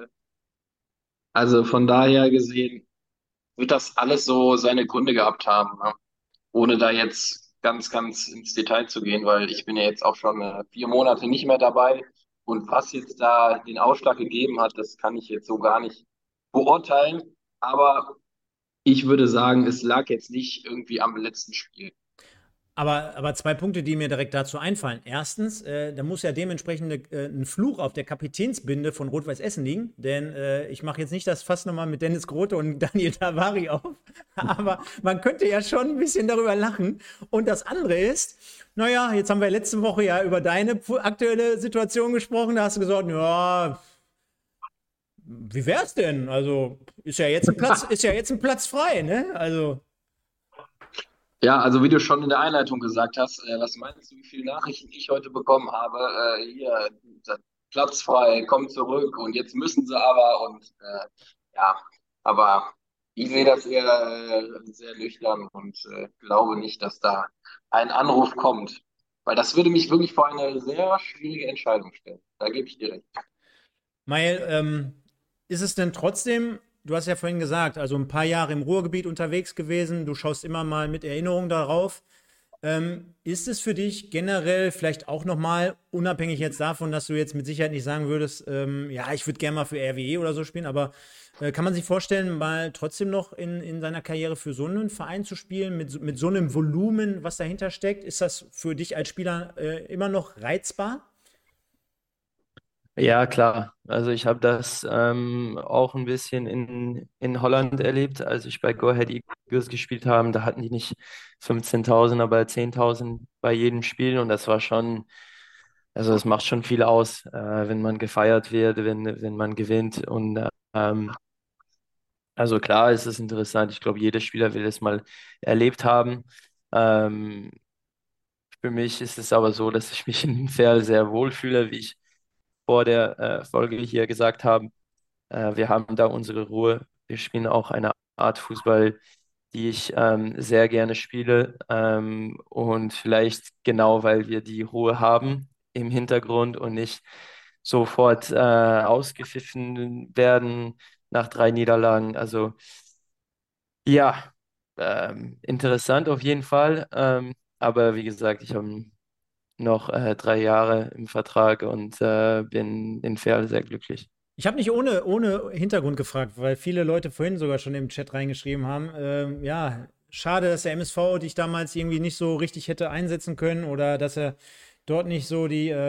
Speaker 3: Also von daher gesehen wird das alles so seine Gründe gehabt haben, ne? Ohne da jetzt ganz ins Detail zu gehen, weil ich bin ja jetzt auch schon 4 Monate nicht mehr dabei und was jetzt da den Ausschlag gegeben hat, das kann ich jetzt so gar nicht beurteilen. Aber ich würde sagen, es lag jetzt nicht irgendwie am letzten Spiel.
Speaker 1: Aber zwei Punkte, die mir direkt dazu einfallen. Erstens, da muss ja dementsprechend ein Fluch auf der Kapitänsbinde von Rot-Weiß Essen liegen, denn ich mache jetzt nicht das Fass nochmal mit Dennis Grote und Daniel Tavari auf, aber man könnte ja schon ein bisschen darüber lachen. Und das andere ist, naja, jetzt haben wir letzte Woche ja über deine aktuelle Situation gesprochen, da hast du gesagt, ja, wie wär's denn? Also, ist ja jetzt ein Platz frei, ne? Also.
Speaker 3: Ja, also wie du schon in der Einleitung gesagt hast, was meinst du, wie viele Nachrichten ich heute bekommen habe? Hier, Platz frei, komm zurück und jetzt müssen sie aber und ja, aber ich sehe das eher sehr nüchtern und glaube nicht, dass da ein Anruf kommt, weil das würde mich wirklich vor eine sehr schwierige Entscheidung stellen. Da gebe ich dir recht.
Speaker 1: Mael, ist es denn trotzdem, du hast ja vorhin gesagt, also ein paar Jahre im Ruhrgebiet unterwegs gewesen, du schaust immer mal mit Erinnerung darauf. Ist es für dich generell vielleicht auch nochmal, unabhängig jetzt davon, dass du jetzt mit Sicherheit nicht sagen würdest, ja, ich würde gerne mal für RWE oder so spielen, aber kann man sich vorstellen, mal trotzdem noch in seiner Karriere für so einen Verein zu spielen, mit so einem Volumen, was dahinter steckt? Ist das für dich als Spieler immer noch reizbar?
Speaker 2: Ja, klar. Also ich habe das auch ein bisschen in Holland erlebt, als ich bei Go Ahead Eagles gespielt habe. Da hatten die nicht 15.000, aber 10.000 bei jedem Spiel und das war schon, also es macht schon viel aus, wenn man gefeiert wird, wenn man gewinnt und also klar, es ist interessant. Ich glaube, jeder Spieler will es mal erlebt haben. Ähm, für mich ist es aber so, dass ich mich in Verl sehr wohl fühle, wie ich vor der Folge hier gesagt habe. Wir haben da unsere Ruhe. Wir spielen auch eine Art Fußball, die ich sehr gerne spiele. Und vielleicht genau, weil wir die Ruhe haben im Hintergrund und nicht sofort ausgepfiffen werden nach 3 Niederlagen. Also ja, interessant auf jeden Fall. Aber wie gesagt, ich habe noch 3 Jahre im Vertrag und bin in Verl sehr glücklich.
Speaker 1: Ich habe nicht ohne Hintergrund gefragt, weil viele Leute vorhin sogar schon im Chat reingeschrieben haben. Ja, schade, dass der MSV dich damals irgendwie nicht so richtig hätte einsetzen können oder dass er dort nicht so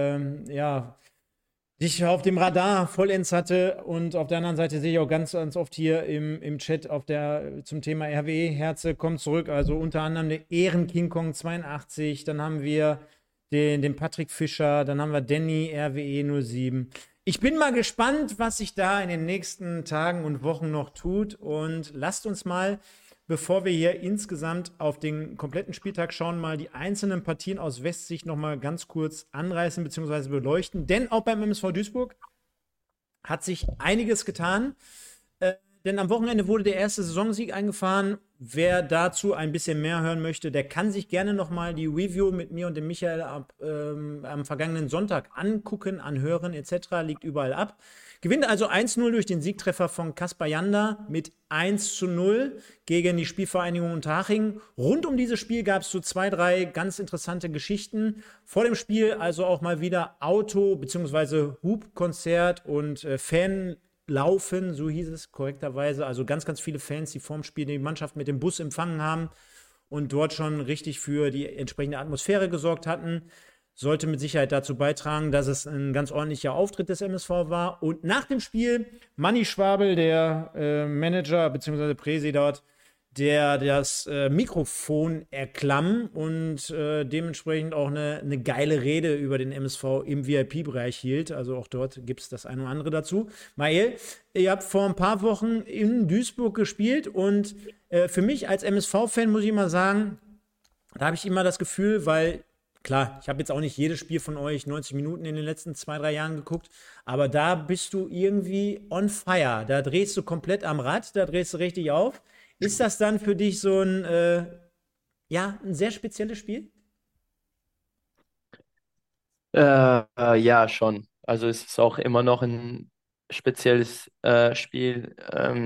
Speaker 1: ja, dich auf dem Radar vollends hatte. Und auf der anderen Seite sehe ich auch ganz oft hier im Chat zum Thema RWE, Herze kommt zurück. Also unter anderem der Ehren-King Kong 82, dann haben wir den Patrick Fischer, dann haben wir Danny RWE 07. Ich bin mal gespannt, was sich da in den nächsten Tagen und Wochen noch tut. Und lasst uns mal, bevor wir hier insgesamt auf den kompletten Spieltag schauen, mal die einzelnen Partien aus Westsicht noch mal ganz kurz anreißen bzw. beleuchten. Denn auch beim MSV Duisburg hat sich einiges getan. Denn am Wochenende wurde der erste Saisonsieg eingefahren. Wer dazu ein bisschen mehr hören möchte, der kann sich gerne noch mal die Review mit mir und dem Michael am vergangenen Sonntag angucken, anhören etc. Liegt überall ab. Gewinnt also 1-0 durch den Siegtreffer von Kaspar Janda mit 1-0 gegen die Spielvereinigung Unterhaching. Rund um dieses Spiel gab es so 2, 3 ganz interessante Geschichten. Vor dem Spiel also auch mal wieder Auto- bzw. Hubkonzert und Fanlaufen, so hieß es korrekterweise. Also ganz viele Fans, die vorm Spiel die Mannschaft mit dem Bus empfangen haben und dort schon richtig für die entsprechende Atmosphäre gesorgt hatten. Sollte mit Sicherheit dazu beitragen, dass es ein ganz ordentlicher Auftritt des MSV war. Und nach dem Spiel Manni Schwabel, der Manager bzw. Präsi dort, der das Mikrofon erklomm und dementsprechend auch eine geile Rede über den MSV im VIP-Bereich hielt. Also auch dort gibt es das eine oder andere dazu. Mael, ihr habt vor ein paar Wochen in Duisburg gespielt und für mich als MSV-Fan muss ich mal sagen, da habe ich immer das Gefühl, weil klar, ich habe jetzt auch nicht jedes Spiel von euch 90 Minuten in den letzten 2, 3 Jahren geguckt, aber da bist du irgendwie on fire. Da drehst du komplett am Rad, da drehst du richtig auf. Ist das dann für dich so ein ja, ein sehr spezielles Spiel?
Speaker 2: Ja, schon. Also es ist auch immer noch ein spezielles Spiel.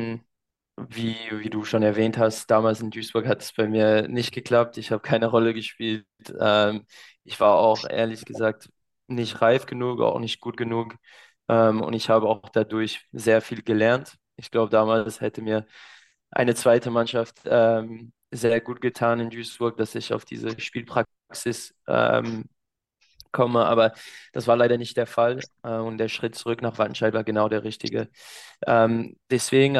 Speaker 2: Wie du schon erwähnt hast, damals in Duisburg hat es bei mir nicht geklappt. Ich habe keine Rolle gespielt. Ich war auch ehrlich gesagt nicht reif genug, auch nicht gut genug. Und ich habe auch dadurch sehr viel gelernt. Ich glaube, damals hätte mir eine zweite Mannschaft sehr gut getan in Duisburg, dass ich auf diese Spielpraxis komme, aber das war leider nicht der Fall. Und der Schritt zurück nach Wattenscheid war genau der richtige. Deswegen,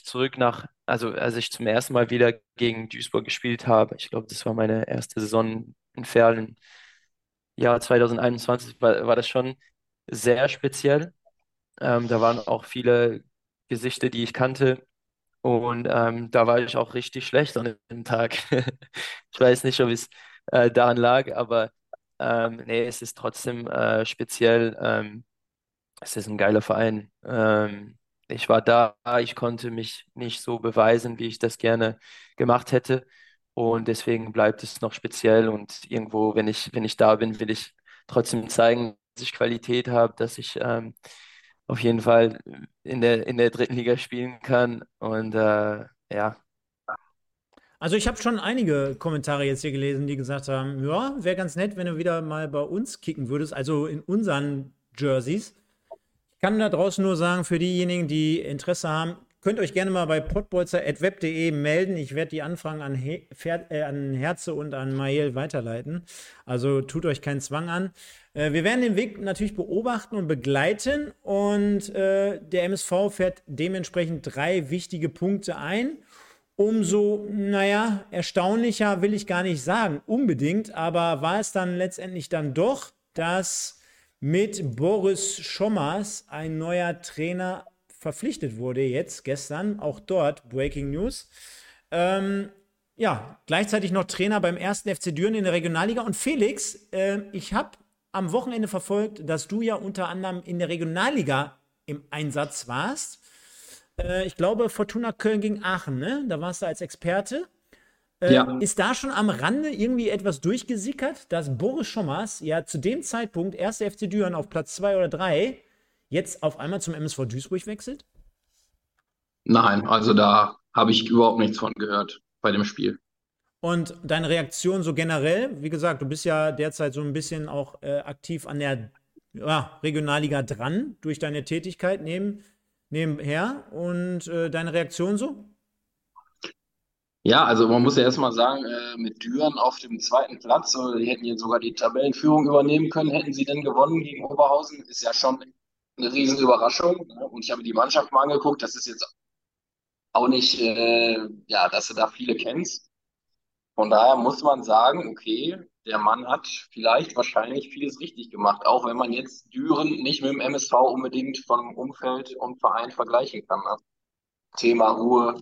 Speaker 2: als ich zum ersten Mal wieder gegen Duisburg gespielt habe, ich glaube, das war meine erste Saison in Verl, Jahr 2021, war das schon sehr speziell. Da waren auch viele Gesichter, die ich kannte. Und da war ich auch richtig schlecht an dem Tag. Ich weiß nicht, ob es daran lag, aber nee, es ist trotzdem speziell. Es ist ein geiler Verein. Ich war da, ich konnte mich nicht so beweisen, wie ich das gerne gemacht hätte. Und deswegen bleibt es noch speziell. Und irgendwo, wenn ich da bin, will ich trotzdem zeigen, dass ich Qualität habe, dass ich auf jeden Fall in der dritten Liga spielen kann. Und ja.
Speaker 1: Also ich habe schon einige Kommentare jetzt hier gelesen, die gesagt haben, ja, wäre ganz nett, wenn du wieder mal bei uns kicken würdest, also in unseren Jerseys. Ich kann da draußen nur sagen, für diejenigen, die Interesse haben, könnt euch gerne mal bei pottbolzer.web.de melden. Ich werde die Anfragen an Herze und an Mael weiterleiten. Also tut euch keinen Zwang an. Wir werden den Weg natürlich beobachten und begleiten. Und der MSV fährt dementsprechend 3 wichtige Punkte ein. Umso, naja, erstaunlicher will ich gar nicht sagen, unbedingt, aber war es dann letztendlich dann doch, dass mit Boris Schommers ein neuer Trainer verpflichtet wurde, jetzt, gestern, auch dort, Breaking News. Ja, gleichzeitig noch Trainer beim 1. FC Düren in der Regionalliga. Und Felix, ich habe am Wochenende verfolgt, dass du ja unter anderem in der Regionalliga im Einsatz warst. Ich glaube, Fortuna Köln gegen Aachen, ne? Da warst du als Experte.
Speaker 3: Ja,
Speaker 1: Ist da schon am Rande irgendwie etwas durchgesickert, dass Boris Schommers ja zu dem Zeitpunkt 1. FC Düren auf Platz 2 oder 3 jetzt auf einmal zum MSV Duisburg wechselt?
Speaker 3: nein, also da habe ich überhaupt nichts von gehört bei dem Spiel.
Speaker 1: Und deine Reaktion so generell, wie gesagt, du bist ja derzeit so ein bisschen auch aktiv an der Regionalliga dran durch deine Tätigkeit nebenher. Und deine Reaktion so?
Speaker 3: Ja, also man muss ja erstmal sagen, mit Düren auf dem zweiten Platz, so, die hätten jetzt sogar die Tabellenführung übernehmen können, hätten sie denn gewonnen gegen Oberhausen, ist ja schon eine Riesenüberraschung. Ne? Und ich habe mir die Mannschaft mal angeguckt, das ist jetzt auch nicht, ja, dass du da viele kennst. Von daher muss man sagen, okay, der Mann hat vielleicht wahrscheinlich vieles richtig gemacht, auch wenn man jetzt Düren nicht mit dem MSV unbedingt vom Umfeld und Verein vergleichen kann. Ne? Thema Ruhe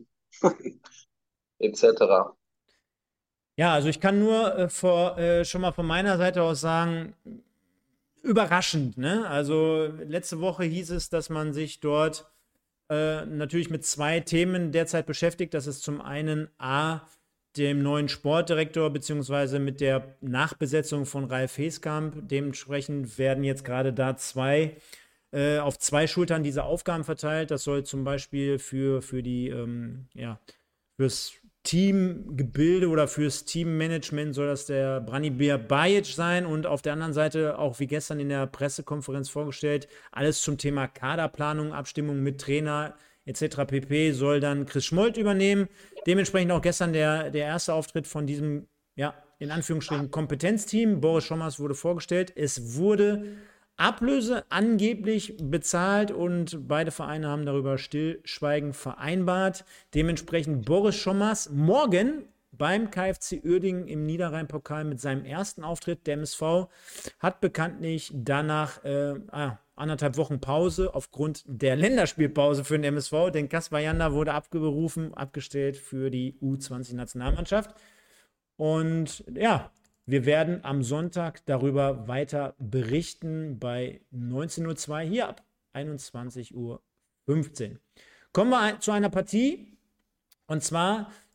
Speaker 3: etc.
Speaker 1: Ja, also ich kann nur schon mal von meiner Seite aus sagen, überraschend, ne? Also letzte Woche hieß es, dass man sich dort natürlich mit 2 Themen derzeit beschäftigt. Das ist zum einen A, dem neuen Sportdirektor beziehungsweise mit der Nachbesetzung von Ralf Heeskamp. Dementsprechend werden jetzt gerade da auf 2 Schultern diese Aufgaben verteilt. Das soll zum Beispiel für die, fürs Teamgebilde oder fürs Teammanagement soll das der Branimir Bajic sein und auf der anderen Seite, auch wie gestern in der Pressekonferenz vorgestellt, alles zum Thema Kaderplanung, Abstimmung mit Trainer etc. pp. Soll dann Chris Schmold übernehmen. Dementsprechend auch gestern der erste Auftritt von diesem, ja, in Anführungsstrichen Kompetenzteam. Boris Schommers wurde vorgestellt. Es wurde Ablöse angeblich bezahlt und beide Vereine haben darüber stillschweigend vereinbart. Dementsprechend Boris Schommers morgen beim KfC Uerdingen im Niederrhein-Pokal mit seinem ersten Auftritt. Der MSV hat bekanntlich danach 1,5 Wochen Pause aufgrund der Länderspielpause für den MSV, denn Kaspar Janda wurde abgestellt für die U20-Nationalmannschaft. Und ja, wir werden am Sonntag darüber weiter berichten bei 19:02 Uhr hier ab 21:15 Uhr. Kommen wir zu einer Partie. Und zwar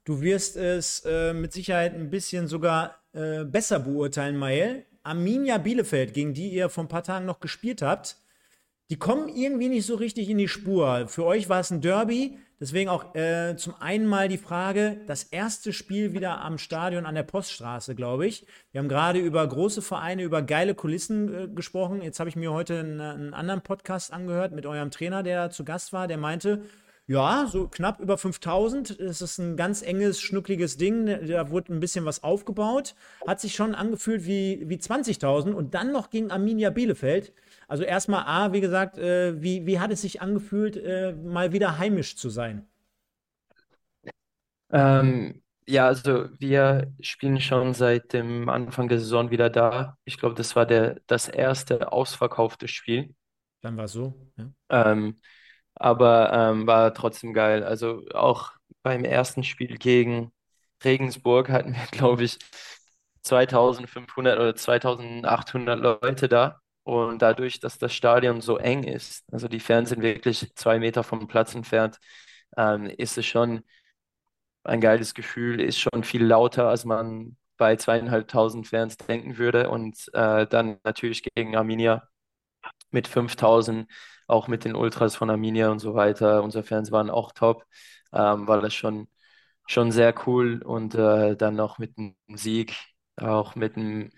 Speaker 1: Du wirst es mit Sicherheit ein bisschen sogar besser beurteilen, Mael. Arminia Bielefeld, gegen die ihr vor ein paar Tagen noch gespielt habt, die kommen irgendwie nicht so richtig in die Spur. Für euch war es ein Derby, deswegen auch zum einen mal die Frage, das erste Spiel wieder am Stadion an der Poststraße, glaube ich. Wir haben gerade über große Vereine, über geile Kulissen gesprochen. Jetzt habe ich mir heute einen anderen Podcast angehört mit eurem Trainer, der zu Gast war, der meinte, ja, so knapp über 5000. Es ist ein ganz enges, schnuckliges Ding. Da wurde ein bisschen was aufgebaut. Hat sich schon angefühlt wie 20.000. Und dann noch gegen Arminia Bielefeld. Also erstmal A, wie gesagt, wie hat es sich angefühlt, mal wieder heimisch zu sein?
Speaker 2: Ja, also wir spielen schon seit dem Anfang der Saison wieder da. Ich glaube, das war das erste ausverkaufte Spiel.
Speaker 1: Dann war es so. Ja.
Speaker 2: Ähm, aber war trotzdem geil. Also auch beim ersten Spiel gegen Regensburg hatten wir, glaube ich, 2500 oder 2800 Leute da. Und dadurch, dass das Stadion so eng ist, also die Fans sind wirklich 2 Meter vom Platz entfernt, ist es schon ein geiles Gefühl, ist schon viel lauter, als man bei 2500 Fans denken würde. Und dann natürlich gegen Arminia mit 5000, auch mit den Ultras von Arminia und so weiter. Unsere Fans waren auch top. War das schon sehr cool. Und dann noch mit einem Sieg, auch mit einem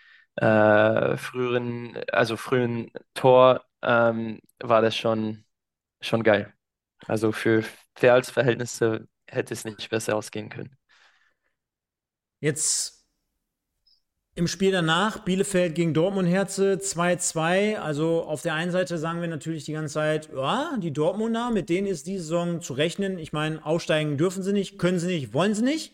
Speaker 2: frühen Tor, war das schon geil. Also für Verhältnisse hätte es nicht besser ausgehen können.
Speaker 1: Jetzt im Spiel danach, Bielefeld gegen Dortmund Herze 2:2. Also auf der einen Seite sagen wir natürlich die ganze Zeit, ja, die Dortmunder, mit denen ist die Saison zu rechnen. Ich meine, aufsteigen dürfen sie nicht, können sie nicht, wollen sie nicht.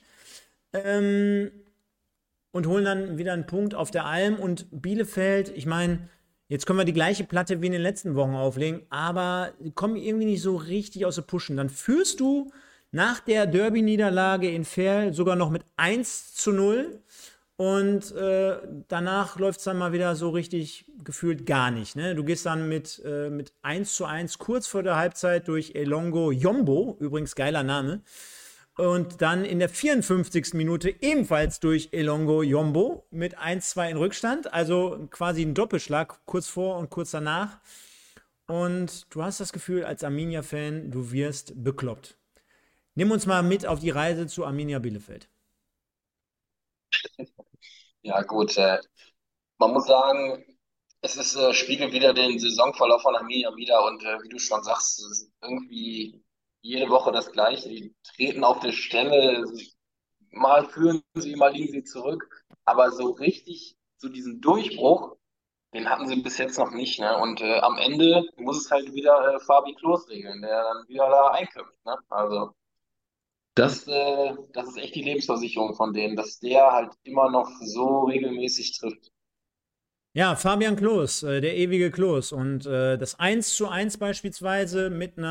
Speaker 1: Und holen dann wieder einen Punkt auf der Alm. Und Bielefeld, ich meine, jetzt können wir die gleiche Platte wie in den letzten Wochen auflegen, aber die kommen irgendwie nicht so richtig aus der Pushen. Dann führst du nach der Derby-Niederlage in Verl sogar noch mit 1:0. Und danach läuft es dann mal wieder so richtig gefühlt gar nicht. Ne? Du gehst dann mit 1:1 kurz vor der Halbzeit durch Elongo Yombo, übrigens geiler Name. Und dann in der 54. Minute ebenfalls durch Elongo Yombo mit 1:2 in Rückstand. Also quasi ein Doppelschlag kurz vor und kurz danach. Und du hast das Gefühl, als Arminia-Fan, du wirst bekloppt. Nimm uns mal mit auf die Reise zu Arminia Bielefeld.
Speaker 3: Ja, gut. Man muss sagen, spiegelt wieder den Saisonverlauf von Arminia wieder und wie du schon sagst, es ist irgendwie jede Woche das Gleiche. Die treten auf der Stelle, mal führen sie, mal liegen sie zurück, aber so richtig, so diesen Durchbruch, den hatten sie bis jetzt noch nicht, ne? Und am Ende muss es halt wieder Fabi Klos regeln, der dann wieder da einköpft, ne? Also das ist echt die Lebensversicherung von denen, dass der halt immer noch so regelmäßig trifft.
Speaker 1: Ja, Fabian Klos, der ewige Klos. Und das 1:1 beispielsweise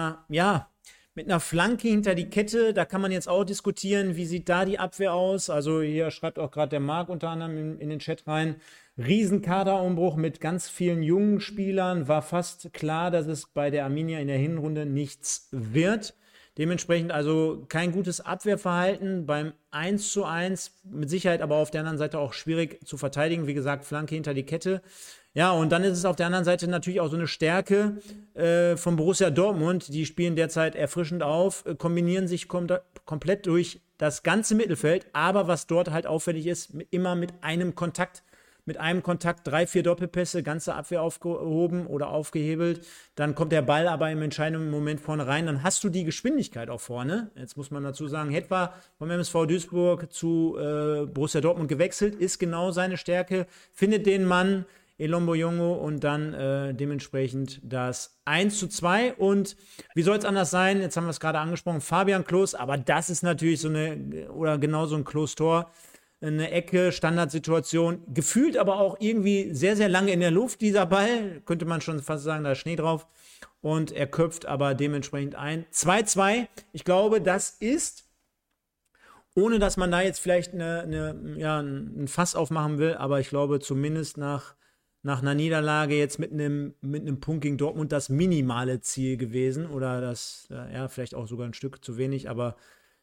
Speaker 1: mit einer Flanke hinter die Kette, da kann man jetzt auch diskutieren, wie sieht da die Abwehr aus? Also hier schreibt auch gerade der Marc unter anderem in den Chat rein. Riesenkaderumbruch mit ganz vielen jungen Spielern. War fast klar, dass es bei der Arminia in der Hinrunde nichts wird. Dementsprechend also kein gutes Abwehrverhalten beim 1:1, mit Sicherheit aber auf der anderen Seite auch schwierig zu verteidigen. Wie gesagt, Flanke hinter die Kette. Ja, und dann ist es auf der anderen Seite natürlich auch so eine Stärke von Borussia Dortmund. Die spielen derzeit erfrischend auf, kombinieren sich komplett durch das ganze Mittelfeld. Aber was dort halt auffällig ist, immer mit einem Kontakt. Mit einem Kontakt 3, 4 Doppelpässe, ganze Abwehr aufgehoben oder aufgehebelt. Dann kommt der Ball aber im entscheidenden Moment vorne rein. Dann hast du die Geschwindigkeit auch vorne. Jetzt muss man dazu sagen, Hetwa vom MSV Duisburg zu Borussia Dortmund gewechselt, ist genau seine Stärke. Findet den Mann, Elombo Jongo, und dann dementsprechend das 1:2. Und wie soll es anders sein? Jetzt haben wir es gerade angesprochen, Fabian Klos, aber das ist natürlich genau so ein Klos-Tor. Eine Ecke, Standardsituation, gefühlt aber auch irgendwie sehr, sehr lange in der Luft, dieser Ball, könnte man schon fast sagen, da ist Schnee drauf, und er köpft aber dementsprechend ein. 2:2, ich glaube, das ist, ohne dass man da jetzt vielleicht ein Fass aufmachen will, aber ich glaube, zumindest nach einer Niederlage jetzt mit einem Punkt gegen Dortmund das minimale Ziel gewesen, oder das, vielleicht auch sogar ein Stück zu wenig, aber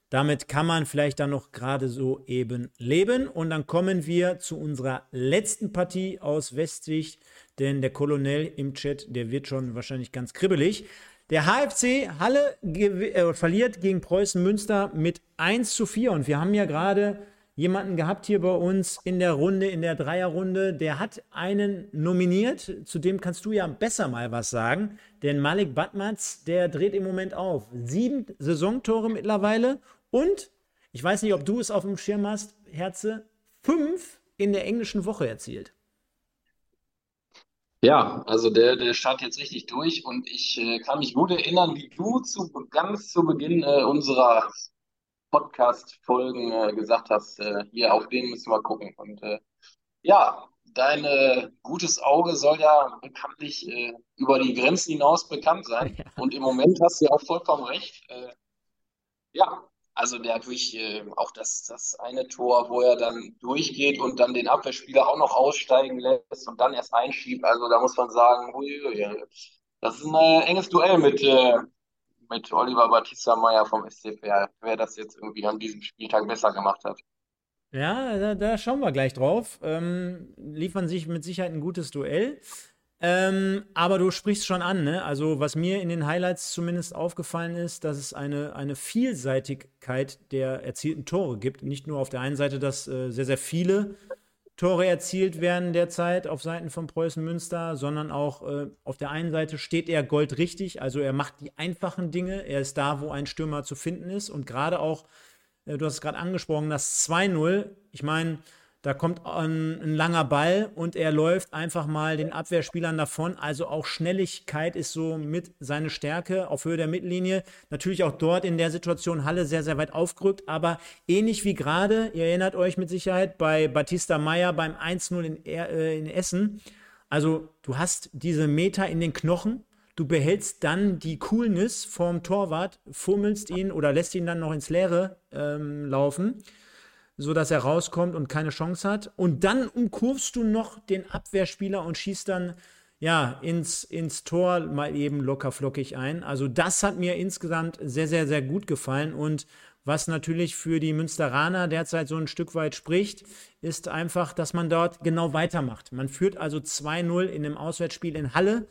Speaker 1: Damit kann man vielleicht dann noch gerade so eben leben. Und dann kommen wir zu unserer letzten Partie aus Westsicht, denn der Kolonel im Chat, der wird schon wahrscheinlich ganz kribbelig. Der HFC Halle verliert gegen Preußen Münster mit 1:4. Und wir haben ja gerade jemanden gehabt hier bei uns in der Runde, in der Dreierrunde, der hat einen nominiert, zu dem kannst du ja besser mal was sagen, denn Malik Batmatz, der dreht im Moment auf. 7 Saisontore mittlerweile und, ich weiß nicht, ob du es auf dem Schirm hast, Herze, 5 in der englischen Woche erzielt.
Speaker 3: Ja, also der startet jetzt richtig durch und ich kann mich gut erinnern, wie du ganz zu Beginn unserer Podcast-Folgen gesagt hast, hier, auf den müssen wir gucken. Und ja, dein gutes Auge soll ja bekanntlich über die Grenzen hinaus bekannt sein. Und im Moment hast du ja auch vollkommen recht. Ja, also der hat durch auch das eine Tor, wo er dann durchgeht und dann den Abwehrspieler auch noch aussteigen lässt und dann erst einschiebt. Also da muss man sagen, huiuiui, das ist ein enges Duell mit Oliver Battista Meyer vom SC Verl, wer das jetzt irgendwie an diesem Spieltag besser gemacht hat.
Speaker 1: Ja, da schauen wir gleich drauf. Liefern sich mit Sicherheit ein gutes Duell. Aber du sprichst schon an, ne? Also, was mir in den Highlights zumindest aufgefallen ist, dass es eine Vielseitigkeit der erzielten Tore gibt. Nicht nur auf der einen Seite, dass sehr, sehr viele Tore erzielt werden derzeit auf Seiten von Preußen Münster, sondern auch auf der einen Seite steht er goldrichtig, also er macht die einfachen Dinge, er ist da, wo ein Stürmer zu finden ist und gerade auch, du hast es gerade angesprochen, das 2:0, ich meine, da kommt ein langer Ball und er läuft einfach mal den Abwehrspielern davon. Also auch Schnelligkeit ist so mit seine Stärke auf Höhe der Mittellinie. Natürlich auch dort in der Situation Halle sehr, sehr weit aufgerückt. Aber ähnlich wie gerade, ihr erinnert euch mit Sicherheit, bei Battista Meyer beim 1:0 in Essen. Also du hast diese Meter in den Knochen. Du behältst dann die Coolness vom Torwart, fummelst ihn oder lässt ihn dann noch ins Leere laufen, so dass er rauskommt und keine Chance hat. Und dann umkurvst du noch den Abwehrspieler und schießt dann ja ins Tor mal eben locker flockig ein. Also das hat mir insgesamt sehr, sehr, sehr gut gefallen. Und was natürlich für die Münsteraner derzeit so ein Stück weit spricht, ist einfach, dass man dort genau weitermacht. Man führt also 2:0 in einem Auswärtsspiel in Halle,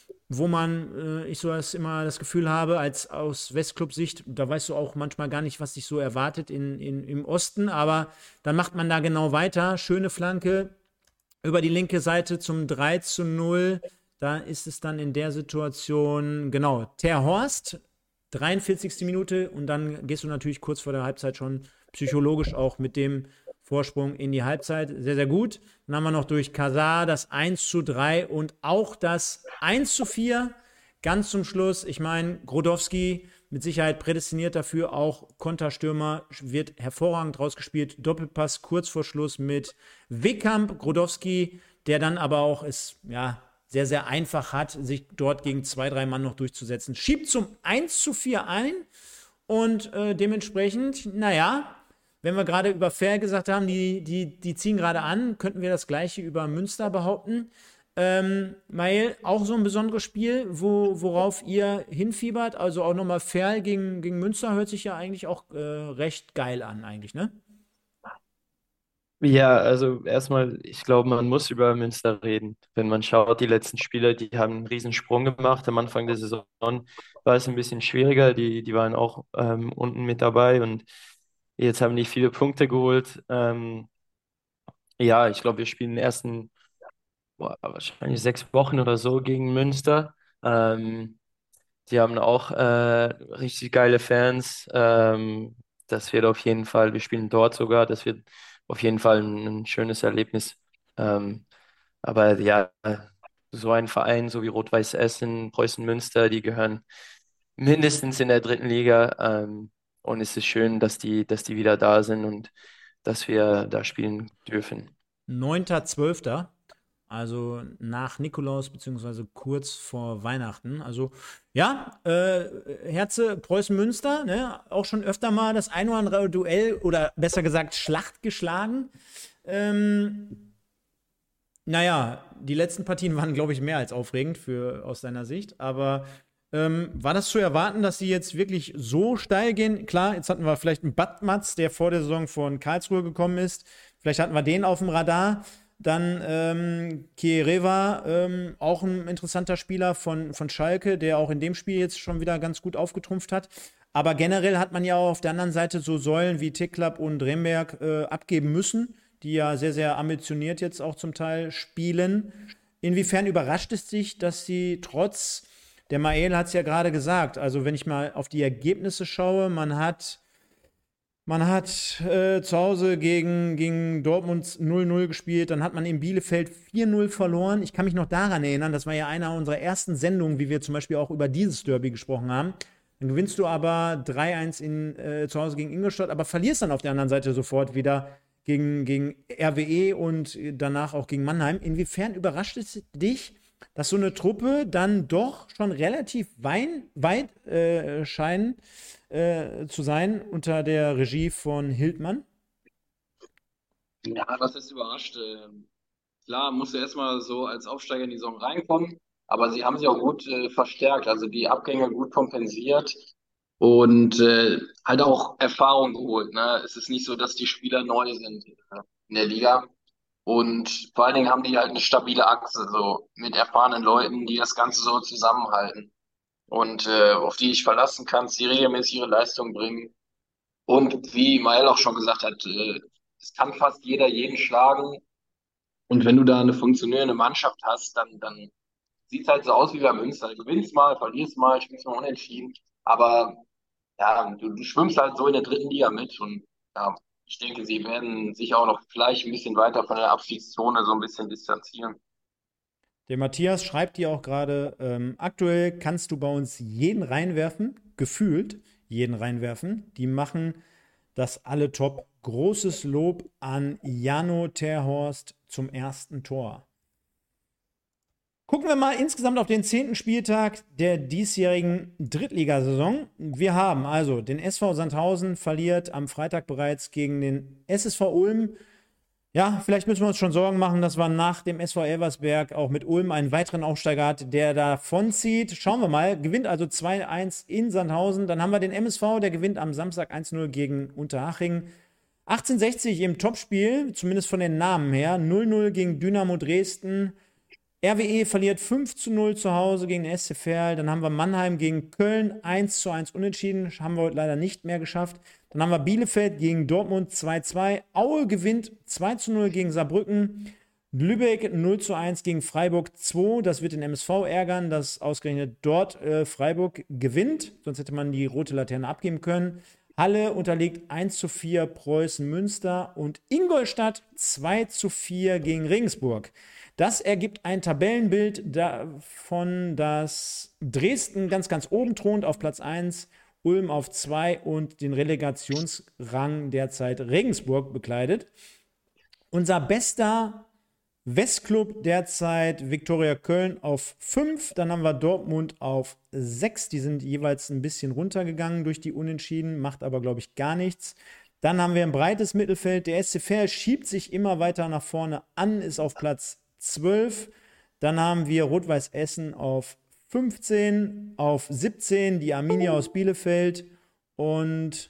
Speaker 1: wo man, ich so immer das Gefühl habe, als aus Westclub-Sicht, da weißt du auch manchmal gar nicht, was dich so erwartet im Osten, aber dann macht man da genau weiter. Schöne Flanke über die linke Seite zum 3:0. Da ist es dann in der Situation, genau, Ter Horst, 43. Minute und dann gehst du natürlich kurz vor der Halbzeit schon psychologisch auch mit dem Vorsprung in die Halbzeit. Sehr, sehr gut. Dann haben wir noch durch Kazar das 1:3 und auch das 1:4 ganz zum Schluss. Ich meine, Grodowski mit Sicherheit prädestiniert dafür, auch Konterstürmer, wird hervorragend rausgespielt. Doppelpass kurz vor Schluss mit Wickamp, Grodowski, der dann aber auch es, ja, sehr, sehr einfach hat, sich dort gegen 2, 3 Mann noch durchzusetzen. Schiebt zum 1:4 ein und dementsprechend, naja, wenn wir gerade über Verl gesagt haben, die ziehen gerade an, könnten wir das Gleiche über Münster behaupten. Mael, auch so ein besonderes Spiel, worauf ihr hinfiebert. Also auch nochmal Verl gegen Münster hört sich ja eigentlich auch recht geil an, eigentlich, ne?
Speaker 2: Ja, also erstmal, ich glaube, man muss über Münster reden. Wenn man schaut, die letzten Spiele, die haben einen riesen Sprung gemacht. Am Anfang der Saison war es ein bisschen schwieriger. Die waren auch unten mit dabei und jetzt haben die viele Punkte geholt. Ja, ich glaube, wir spielen den ersten, wahrscheinlich 6 Wochen oder so gegen Münster. Die haben auch richtig geile Fans. Das wird auf jeden Fall, wir spielen dort sogar, das wird auf jeden Fall ein schönes Erlebnis. Ähm, aber ja, so ein Verein, so wie Rot-Weiß Essen, Preußen Münster, die gehören mindestens in der dritten Liga. Und es ist schön, dass die wieder da sind und dass wir da spielen dürfen.
Speaker 1: 9.12., also nach Nikolaus, beziehungsweise kurz vor Weihnachten. Also, ja, Herze Preußen-Münster, ne? Auch schon öfter mal das ein oder andere Duell oder besser gesagt Schlacht geschlagen. Naja, die letzten Partien waren, glaube ich, mehr als aufregend aus deiner Sicht. Aber War das zu erwarten, dass sie jetzt wirklich so steil gehen? Klar, jetzt hatten wir vielleicht einen Badmatz, der vor der Saison von Karlsruhe gekommen ist. Vielleicht hatten wir den auf dem Radar. Dann Kiereva, auch ein interessanter Spieler von Schalke, der auch in dem Spiel jetzt schon wieder ganz gut aufgetrumpft hat. Aber generell hat man ja auch auf der anderen Seite so Säulen wie Teklap und Remberg abgeben müssen, die ja sehr, sehr ambitioniert jetzt auch zum Teil spielen. Inwiefern überrascht es dich, dass sie trotz, der Mael hat es ja gerade gesagt, also wenn ich mal auf die Ergebnisse schaue, man hat zu Hause gegen Dortmund 0-0 gespielt, dann hat man in Bielefeld 4-0 verloren. Ich kann mich noch daran erinnern, das war ja einer unserer ersten Sendungen, wie wir zum Beispiel auch über dieses Derby gesprochen haben. Dann gewinnst du aber 3-1 zu Hause gegen Ingolstadt, aber verlierst dann auf der anderen Seite sofort wieder gegen RWE und danach auch gegen Mannheim. Inwiefern überrascht es dich, dass so eine Truppe dann doch schon relativ weit scheint zu sein unter der Regie von Hildmann?
Speaker 3: Ja, das ist überrascht. Klar, musst du erstmal so als Aufsteiger in die Saison reinkommen, aber sie haben sich auch gut verstärkt, also die Abgänge gut kompensiert und halt auch Erfahrung geholt. Ne? Es ist nicht so, dass die Spieler neu sind in der Liga. Und vor allen Dingen haben die halt eine stabile Achse, so mit erfahrenen Leuten, die das Ganze so zusammenhalten und auf die ich verlassen kann, die regelmäßig ihre Leistung bringen. Und wie Mael auch schon gesagt hat, es kann fast jeder jeden schlagen. Und wenn du da eine funktionierende Mannschaft hast, dann sieht es halt so aus wie bei Münster. Du gewinnst mal, verlierst mal, spielst mal unentschieden. Aber ja, du schwimmst halt so in der dritten Liga mit. Und ja, ich denke, sie werden sich auch noch vielleicht ein bisschen weiter von der Abstiegszone so ein bisschen distanzieren.
Speaker 1: Der Matthias schreibt dir auch gerade, aktuell kannst du bei uns jeden reinwerfen, gefühlt jeden reinwerfen. Die machen das alle top. Großes Lob an Jano Terhorst zum ersten Tor. Gucken wir mal insgesamt auf den 10. Spieltag der diesjährigen Drittligasaison. Wir haben also den SV Sandhausen verliert am Freitag bereits gegen den SSV Ulm. Ja, vielleicht müssen wir uns schon Sorgen machen, dass wir nach dem SV Elversberg auch mit Ulm einen weiteren Aufsteiger hat, der davonzieht. Schauen wir mal, gewinnt also 2-1 in Sandhausen. Dann haben wir den MSV, der gewinnt am Samstag 1-0 gegen Unterhaching. 1860 im Topspiel, zumindest von den Namen her, 0-0 gegen Dynamo Dresden. RWE verliert 5-0 zu Hause gegen den SC Verl. Dann haben wir Mannheim gegen Köln 1-1 unentschieden. Haben wir heute leider nicht mehr geschafft. Dann haben wir Bielefeld gegen Dortmund 2-2. Aue gewinnt 2-0 gegen Saarbrücken. Lübeck 0-1 gegen Freiburg 2. Das wird den MSV ärgern, dass ausgerechnet dort Freiburg gewinnt. Sonst hätte man die rote Laterne abgeben können. Halle unterliegt 1-4 Preußen Münster. Und Ingolstadt 2-4 gegen Regensburg. Das ergibt ein Tabellenbild davon, dass Dresden ganz, ganz oben thront auf Platz 1, Ulm auf 2 und den Relegationsrang derzeit Regensburg bekleidet. Unser bester Westclub derzeit Viktoria Köln auf 5, dann haben wir Dortmund auf 6, die sind jeweils ein bisschen runtergegangen durch die Unentschieden, macht aber, glaube ich, gar nichts. Dann haben wir ein breites Mittelfeld, der SC Verl schiebt sich immer weiter nach vorne an, ist auf Platz 12. Dann haben wir Rot-Weiß Essen auf 15, auf 17 die Arminia aus Bielefeld und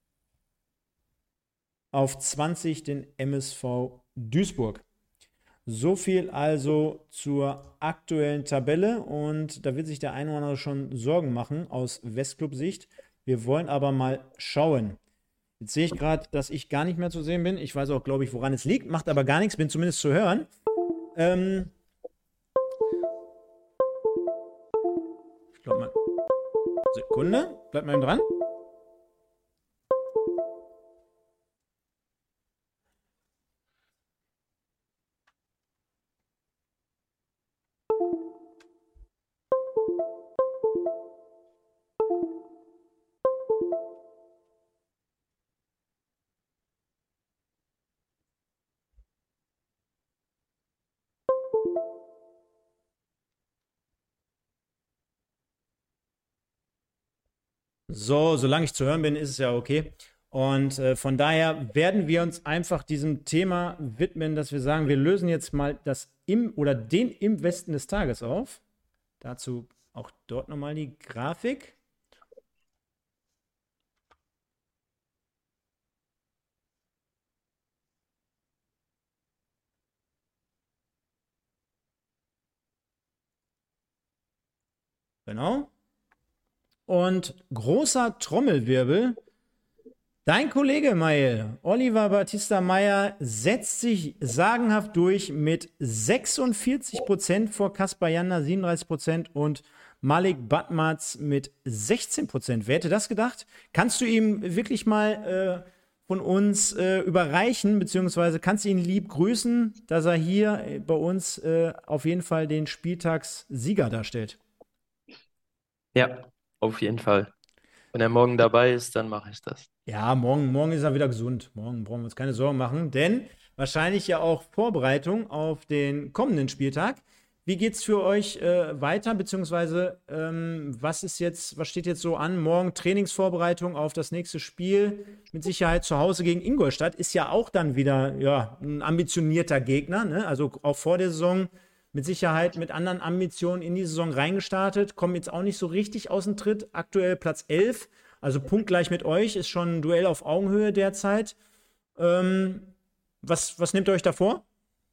Speaker 1: auf 20 den MSV Duisburg. So viel also zur aktuellen Tabelle und da wird sich der eine oder andere schon Sorgen machen aus Westclub-Sicht. Wir wollen aber mal schauen. Jetzt sehe ich gerade, dass ich gar nicht mehr zu sehen bin. Ich weiß auch, glaube ich, woran es liegt, macht aber gar nichts, bin zumindest zu hören. Ich glaube mal. Sekunde, bleibt mal eben dran. So, solange ich zu hören bin, ist es ja okay. Und von daher werden wir uns einfach diesem Thema widmen, dass wir sagen, wir lösen jetzt mal den im Westen des Tages auf. Dazu Auch dort nochmal die Grafik. Genau. Und großer Trommelwirbel. Dein Kollege, Mael, Oliver Battista Meyer, setzt sich sagenhaft durch mit 46% vor Kaspar Janda, 37% und Malik Batmaz mit 16%. Wer hätte das gedacht? Kannst du ihm wirklich mal von uns überreichen, beziehungsweise kannst du ihn lieb grüßen, dass er hier bei uns auf jeden Fall den Spieltagssieger darstellt?
Speaker 2: Ja, auf jeden Fall. Wenn er morgen dabei ist, dann mache ich das.
Speaker 1: Ja, morgen ist er wieder gesund. Morgen brauchen wir uns keine Sorgen machen, denn wahrscheinlich ja auch Vorbereitung auf den kommenden Spieltag. Wie geht's für euch weiter, beziehungsweise was steht jetzt so an? Morgen Trainingsvorbereitung auf das nächste Spiel, mit Sicherheit zu Hause gegen Ingolstadt, ist ja auch dann wieder ein ambitionierter Gegner, ne? Also auch vor der Saison mit Sicherheit mit anderen Ambitionen in die Saison reingestartet, kommen jetzt auch nicht so richtig aus dem Tritt. Aktuell Platz 11, also punktgleich mit euch, ist schon ein Duell auf Augenhöhe derzeit. Was nehmt ihr euch da vor?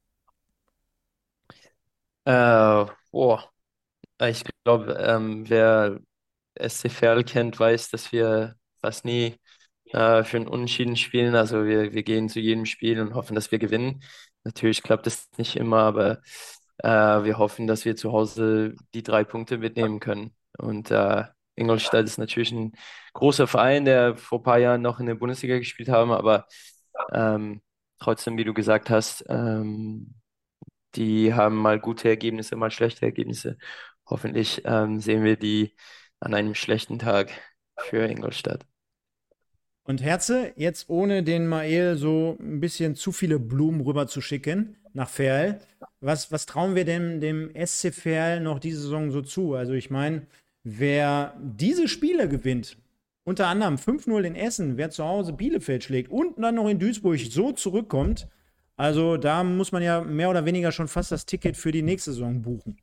Speaker 2: Boah, ich glaube, wer SC Verl kennt, weiß, dass wir fast nie für einen Unentschieden spielen. Also wir gehen zu jedem Spiel und hoffen, dass wir gewinnen. Natürlich klappt das nicht immer, aber wir hoffen, dass wir zu Hause die 3 Punkte mitnehmen können. Und Ingolstadt ist natürlich ein großer Verein, der vor ein paar Jahren noch in der Bundesliga gespielt haben, aber trotzdem, wie du gesagt hast, die haben mal gute Ergebnisse, mal schlechte Ergebnisse. Hoffentlich sehen wir die an einem schlechten Tag für Ingolstadt.
Speaker 1: Und Herze, jetzt ohne den Mael so ein bisschen zu viele Blumen rüber zu schicken nach Verl, was trauen wir dem SC Verl noch diese Saison so zu? Also ich meine, wer diese Spiele gewinnt, unter anderem 5-0 in Essen, wer zu Hause Bielefeld schlägt und dann noch in Duisburg so zurückkommt, also da muss man ja mehr oder weniger schon fast das Ticket für die nächste Saison buchen.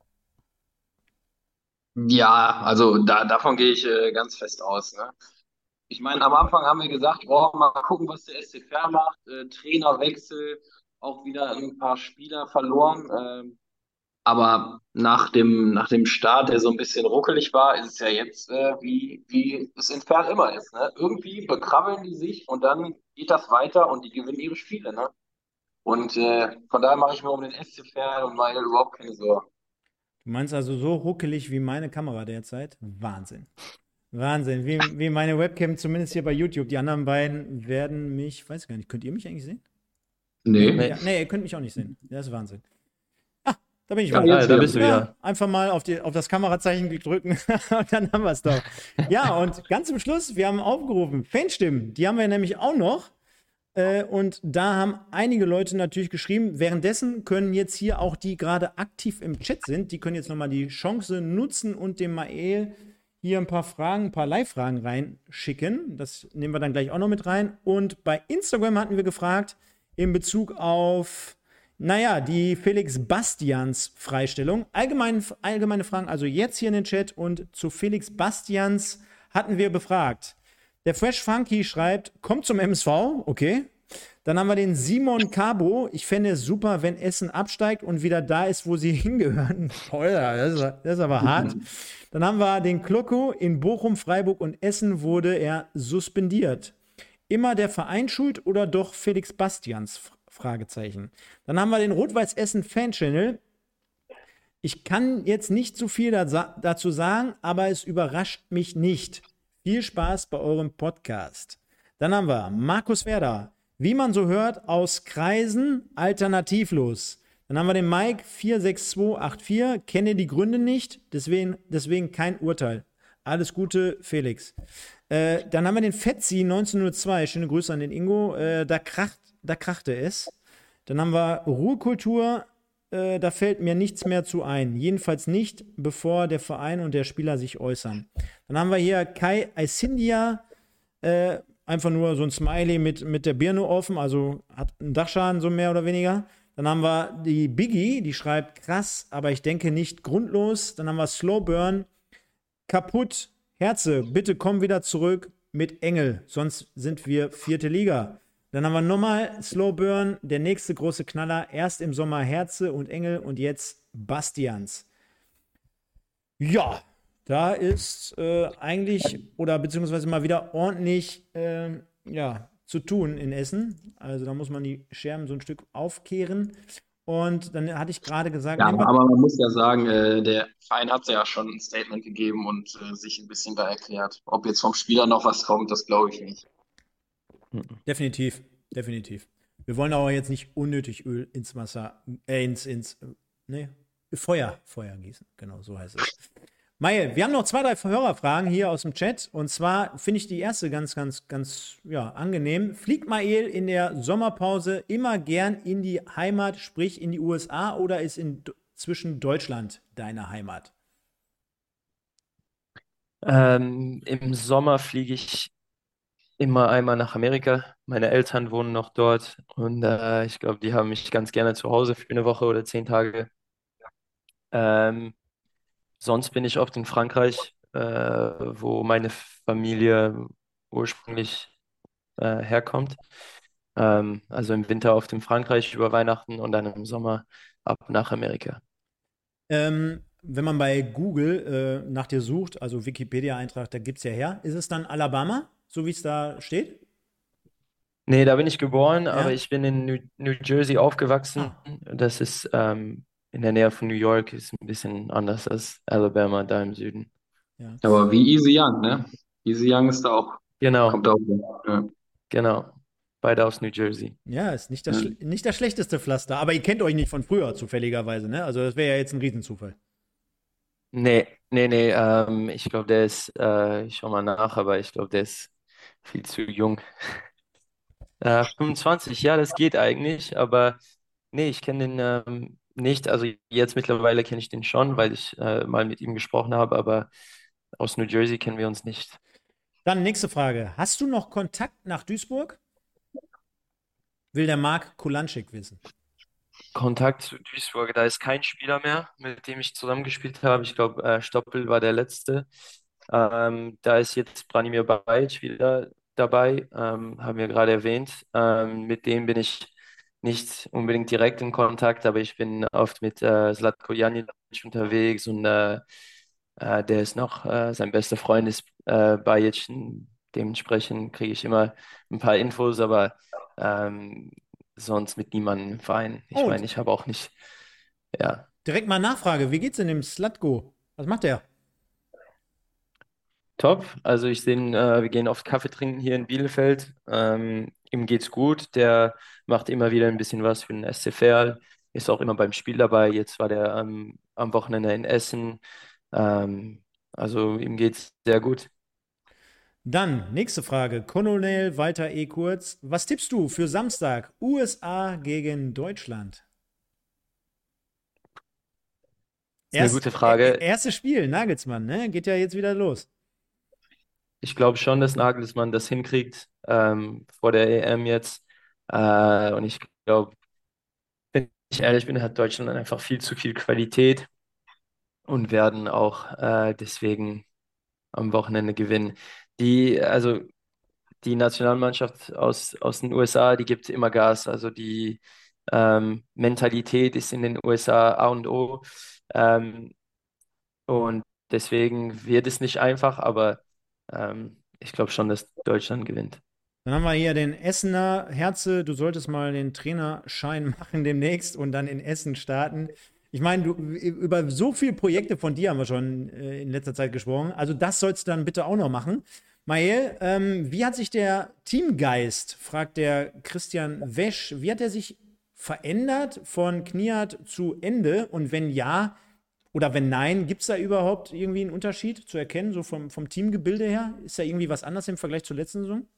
Speaker 3: Ja, also davon gehe ich ganz fest aus. Ne? Ich meine, am Anfang haben wir gesagt, oh, mal gucken, was der SC Verl macht. Trainerwechsel, auch wieder ein paar Spieler verloren. Aber nach dem Start, der so ein bisschen ruckelig war, ist es ja jetzt, wie es in Verl immer ist. Ne? Irgendwie bekrabbeln die sich und dann geht das weiter und die gewinnen ihre Spiele. Ne? Und von daher mache ich mir um den SC Verl und meine überhaupt keine Sorgen.
Speaker 1: Du meinst also so ruckelig wie meine Kamera derzeit? Wahnsinn. Wahnsinn, wie meine Webcam, zumindest hier bei YouTube. Die anderen beiden werden mich, weiß gar nicht, könnt ihr mich eigentlich sehen?
Speaker 3: Nee.
Speaker 2: Nee.
Speaker 1: Ja, nee, ihr könnt mich auch nicht sehen. Das ist Wahnsinn. Ah, da bin ich
Speaker 3: Ja,
Speaker 1: wieder.
Speaker 3: jetzt
Speaker 2: Da bist du
Speaker 1: Ja,
Speaker 2: wieder.
Speaker 1: einfach mal auf das Kamerazeichen drücken und dann haben wir es doch. Ja, und ganz zum Schluss, wir haben aufgerufen, Fanstimmen, die haben wir nämlich auch noch. Und da haben einige Leute natürlich geschrieben. Währenddessen können jetzt hier auch die gerade aktiv im Chat sind, die können jetzt nochmal die Chance nutzen und dem Mael hier ein paar Live-Fragen reinschicken. Das nehmen wir dann gleich auch noch mit rein. Und bei Instagram hatten wir gefragt, in Bezug auf, naja, die Felix Bastians Freistellung. Allgemeine Fragen, also jetzt hier in den Chat. Und zu Felix Bastians hatten wir befragt. Der Fresh Funky schreibt, kommt zum MSV, okay. Dann haben wir den Simon Cabo. Ich fände es super, wenn Essen absteigt und wieder da ist, wo sie hingehören. Toll, das ist aber hart. Dann haben wir den Klocko. In Bochum, Freiburg und Essen wurde er suspendiert. Immer der Verein schuld oder doch Felix Bastians? Fragezeichen. Dann haben wir den Rot-Weiß Essen Fan-Channel. Ich kann jetzt nicht zu viel dazu sagen, aber es überrascht mich nicht. Viel Spaß bei eurem Podcast. Dann haben wir Markus Werder. Wie man so hört, aus Kreisen alternativlos. Dann haben wir den Mike 46284. Kenne die Gründe nicht, deswegen kein Urteil. Alles Gute, Felix. Dann haben wir den Fetzi 1902. Schöne Grüße an den Ingo. Da krachte es. Dann haben wir Ruhekultur. Da fällt mir nichts mehr zu ein. Jedenfalls nicht, bevor der Verein und der Spieler sich äußern. Dann haben wir hier Kai Aisindia, einfach nur so ein Smiley mit der Birne offen, also hat einen Dachschaden, so mehr oder weniger. Dann haben wir die Biggie, die schreibt krass, aber ich denke nicht grundlos. Dann haben wir Slowburn, kaputt. Herze, bitte komm wieder zurück mit Engel, sonst sind wir vierte Liga. Dann haben wir nochmal Slow Burn, der nächste große Knaller. Erst im Sommer Herze und Engel und jetzt Bastians. Ja, da ist eigentlich oder beziehungsweise mal wieder ordentlich ja, zu tun in Essen. Also da muss man die Scherben so ein Stück aufkehren. Und dann hatte ich gerade gesagt,
Speaker 3: Ja,
Speaker 1: nehmen wir.
Speaker 3: aber man muss ja sagen, der Verein hat ja schon ein Statement gegeben und sich ein bisschen da erklärt. Ob jetzt vom Spieler noch was kommt, das glaube ich nicht.
Speaker 1: Definitiv, definitiv. Wir wollen aber jetzt nicht unnötig Öl ins Wasser, nee, Feuer gießen. Genau, so heißt es. Mael, wir haben noch 2, 3 Hörerfragen hier aus dem Chat. Und zwar finde ich die erste ganz, ja, angenehm. Fliegt Mael in der Sommerpause immer gern in die Heimat, sprich in die USA, oder ist zwischen Deutschland deine Heimat?
Speaker 2: Im Sommer fliege ich immer einmal nach Amerika. Meine Eltern wohnen noch dort und ich glaube, die haben mich ganz gerne zu Hause für eine Woche oder 10 Tage. Ähm, Sonst bin ich oft in Frankreich, wo meine Familie ursprünglich herkommt. Also im Winter oft in Frankreich über Weihnachten und dann im Sommer ab nach Amerika.
Speaker 1: Wenn man bei Google nach dir sucht, also Wikipedia-Eintrag, da gibt es ja her, ist es dann Alabama, so wie es da steht?
Speaker 2: Nee, da bin ich geboren, aber
Speaker 1: Ja?
Speaker 2: ich bin in New Jersey aufgewachsen.
Speaker 1: Ah,
Speaker 2: Das ist in der Nähe von New York, ist ein bisschen anders als Alabama, da im Süden.
Speaker 1: ja.
Speaker 3: Aber wie Easy Young, ne? Easy Young ist da auch, kommt
Speaker 2: Genau,
Speaker 3: auch. Ja.
Speaker 2: genau. Beide aus New Jersey.
Speaker 1: Ja, ist
Speaker 3: Ja.
Speaker 1: nicht das schlechteste Pflaster, aber ihr kennt euch nicht von früher, zufälligerweise, ne? Also das wäre ja jetzt ein Riesenzufall.
Speaker 2: Nee, ich glaube, der ist, ich schau mal nach, aber ich glaube, der ist viel zu jung. 25, ja, das geht eigentlich, aber nee, ich kenne den nicht. Also jetzt mittlerweile kenne ich den schon, weil ich mal mit ihm gesprochen habe, aber aus New Jersey kennen wir uns nicht.
Speaker 1: Dann nächste Frage. Hast du noch Kontakt nach Duisburg? Will der Marc Kulanschik wissen.
Speaker 2: Kontakt zu Duisburg, da ist kein Spieler mehr, mit dem ich zusammengespielt habe. Ich glaube, Stoppel war der letzte. Da ist jetzt Branimir Bajic wieder dabei, haben wir gerade erwähnt. Mit dem bin ich nicht unbedingt direkt in Kontakt, aber ich bin oft mit Zlatko Janic unterwegs und der ist noch, sein bester Freund ist Bajic. Dementsprechend kriege ich immer ein paar Infos, aber ähm, sonst mit niemandem im Verein. Ich
Speaker 1: Oh,
Speaker 2: meine, ich habe auch nicht, ja.
Speaker 1: direkt mal Nachfrage. Wie geht's denn dem Slatko? Was macht der?
Speaker 2: Top. Also ich sehe, wir gehen oft Kaffee trinken hier in Bielefeld. Ihm geht's gut. Der macht immer wieder ein bisschen was für den SC Verl. Ist auch immer beim Spiel dabei. Jetzt war der am Wochenende in Essen. Ähm, also ihm geht's sehr gut.
Speaker 1: Dann, nächste Frage. Colonel Walter E. Kurz. Was tippst du für Samstag? USA gegen Deutschland.
Speaker 2: Ist eine gute Frage.
Speaker 1: Erstes Spiel, Nagelsmann, ne? Geht ja jetzt wieder los.
Speaker 2: Ich glaube schon, dass Nagelsmann das hinkriegt vor der EM jetzt. Und ich glaube, wenn ich ehrlich bin, hat Deutschland einfach viel zu viel Qualität und werden auch deswegen am Wochenende gewinnen. Also die Nationalmannschaft aus den USA, die gibt immer Gas. Also die Mentalität ist in den USA A und O. Ähm, und deswegen wird es nicht einfach, aber ich glaube schon, dass Deutschland gewinnt.
Speaker 1: Dann haben wir hier den Essener Herze. Du solltest mal den Trainerschein machen demnächst und dann in Essen starten. Ich meine, über so viele Projekte von dir haben wir schon in letzter Zeit gesprochen. Also das sollst du dann bitte auch noch machen. Mael, wie hat sich der Teamgeist, fragt der Christian Wesch, wie hat er sich verändert von Kniat zu Ende? Und wenn ja oder wenn nein, gibt es da überhaupt irgendwie einen Unterschied zu erkennen, so vom Teamgebilde her? Ist da irgendwie was anders im Vergleich zur letzten Saison?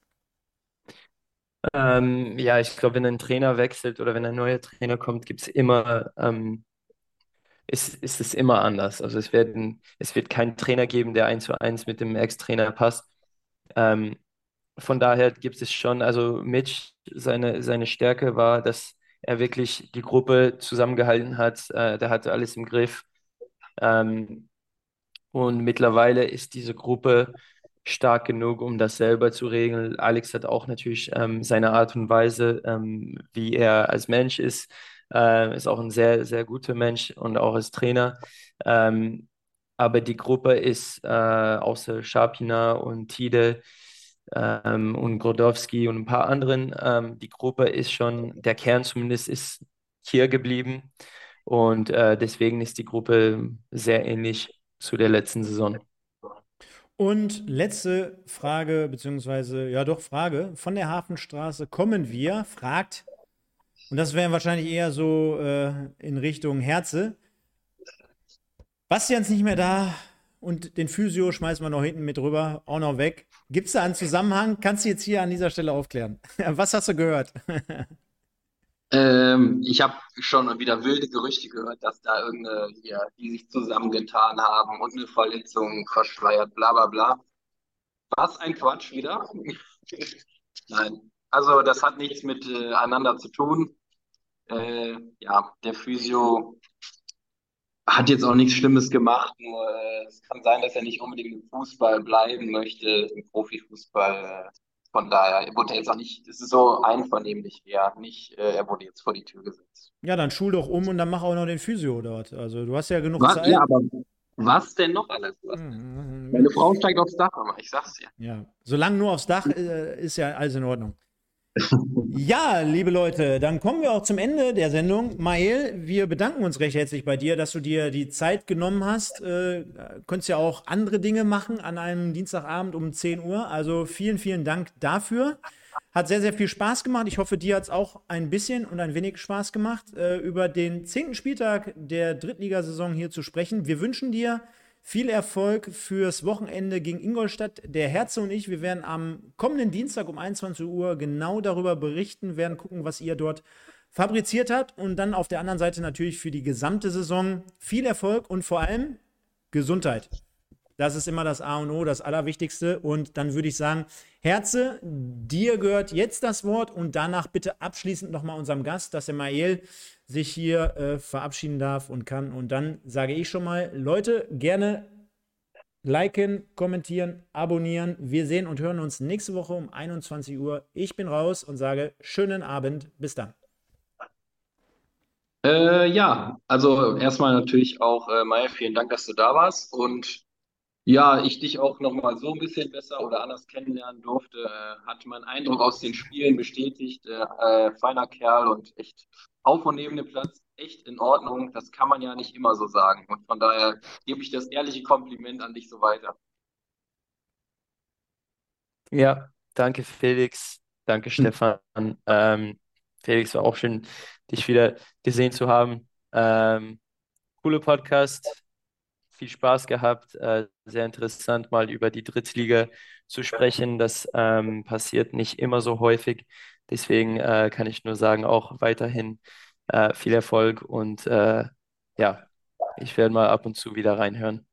Speaker 2: Ja, ich glaube, wenn ein Trainer wechselt oder wenn ein neuer Trainer kommt, gibt es immer, ist es immer anders. Also es wird keinen Trainer geben, der 1:1 mit dem Ex-Trainer passt. Ähm, von daher gibt es schon, also Mitch, seine Stärke war, dass er wirklich die Gruppe zusammengehalten hat. Der hatte alles im Griff. Ähm, Und mittlerweile ist diese Gruppe stark genug, um das selber zu regeln. Alex hat auch natürlich seine Art und Weise, wie er als Mensch ist. Ist auch ein sehr, sehr guter Mensch und auch als Trainer. Ähm, aber die Gruppe ist außer Schapina und Tide und Grodowski und ein paar anderen, die Gruppe ist schon, der Kern zumindest ist hier geblieben. Und deswegen ist die Gruppe sehr ähnlich zu der letzten Saison.
Speaker 1: Und letzte Frage, beziehungsweise, ja doch, Frage. Von der Hafenstraße kommen wir, fragt, und das wäre wahrscheinlich eher so in Richtung Herze. Bastian ist nicht mehr da und den Physio schmeißen wir noch hinten mit rüber, auch noch weg. Gibt es da einen Zusammenhang? Kannst du jetzt hier an dieser Stelle aufklären? Was hast du gehört?
Speaker 3: Ich habe schon wieder wilde Gerüchte gehört, dass da irgendeine hier, die sich zusammengetan haben und eine Verletzung verschleiert, bla bla bla. Was ein Quatsch wieder. Nein. Also das hat nichts miteinander zu tun. Ja, der Physio hat jetzt auch nichts Schlimmes gemacht, nur es kann sein, dass er nicht unbedingt im Fußball bleiben möchte, im Profifußball. Von daher wurde er jetzt auch nicht, es ist so einvernehmlich eher, nicht, er wurde jetzt vor die Tür gesetzt.
Speaker 1: Ja, dann schul doch um und dann mach auch noch den Physio dort. Also du hast ja genug
Speaker 3: Was? Ja,
Speaker 1: Zeit.
Speaker 3: aber was denn noch alles? Meine Frau steigt aufs Dach, aber ich sag's dir.
Speaker 1: Ja, solange nur aufs Dach ist ja alles in Ordnung. Ja, liebe Leute, dann kommen wir auch zum Ende der Sendung. Mael, wir bedanken uns recht herzlich bei dir, dass du dir die Zeit genommen hast. Könntest ja auch andere Dinge machen an einem Dienstagabend um 10 Uhr. Also vielen, vielen Dank dafür. Hat sehr, sehr viel Spaß gemacht. Ich hoffe, dir hat es auch ein bisschen und ein wenig Spaß gemacht, über den 10. Spieltag der Drittligasaison hier zu sprechen. Wir wünschen dir viel Erfolg fürs Wochenende gegen Ingolstadt. Der Herze und ich, wir werden am kommenden Dienstag um 21 Uhr genau darüber berichten, werden gucken, was ihr dort fabriziert habt. Und dann auf der anderen Seite natürlich für die gesamte Saison viel Erfolg und vor allem Gesundheit. Das ist immer das A und O, das Allerwichtigste. Und dann würde ich sagen, Herze, dir gehört jetzt das Wort und danach bitte abschließend nochmal unserem Gast, dass der Mael sich hier verabschieden darf und kann. Und dann sage ich schon mal, Leute, gerne liken, kommentieren, abonnieren. Wir sehen und hören uns nächste Woche um 21 Uhr. Ich bin raus und sage schönen Abend. Bis dann.
Speaker 3: Ja, also erstmal natürlich auch, Maya, vielen Dank, dass du da warst und ja, ich dich auch nochmal so ein bisschen besser oder anders kennenlernen durfte, hat mein Eindruck aus den Spielen bestätigt. Feiner Kerl und echt auf und neben dem Platz echt in Ordnung. Das kann man ja nicht immer so sagen. Und von daher gebe ich das ehrliche Kompliment an dich so weiter.
Speaker 2: Ja, danke Felix, danke Stefan. Felix, war auch schön, dich wieder gesehen zu haben. Cooler Podcast, viel Spaß gehabt, sehr interessant, mal über die Drittliga zu sprechen. Das passiert nicht immer so häufig. Deswegen kann ich nur sagen, auch weiterhin viel Erfolg und ja, ich werde mal ab und zu wieder reinhören.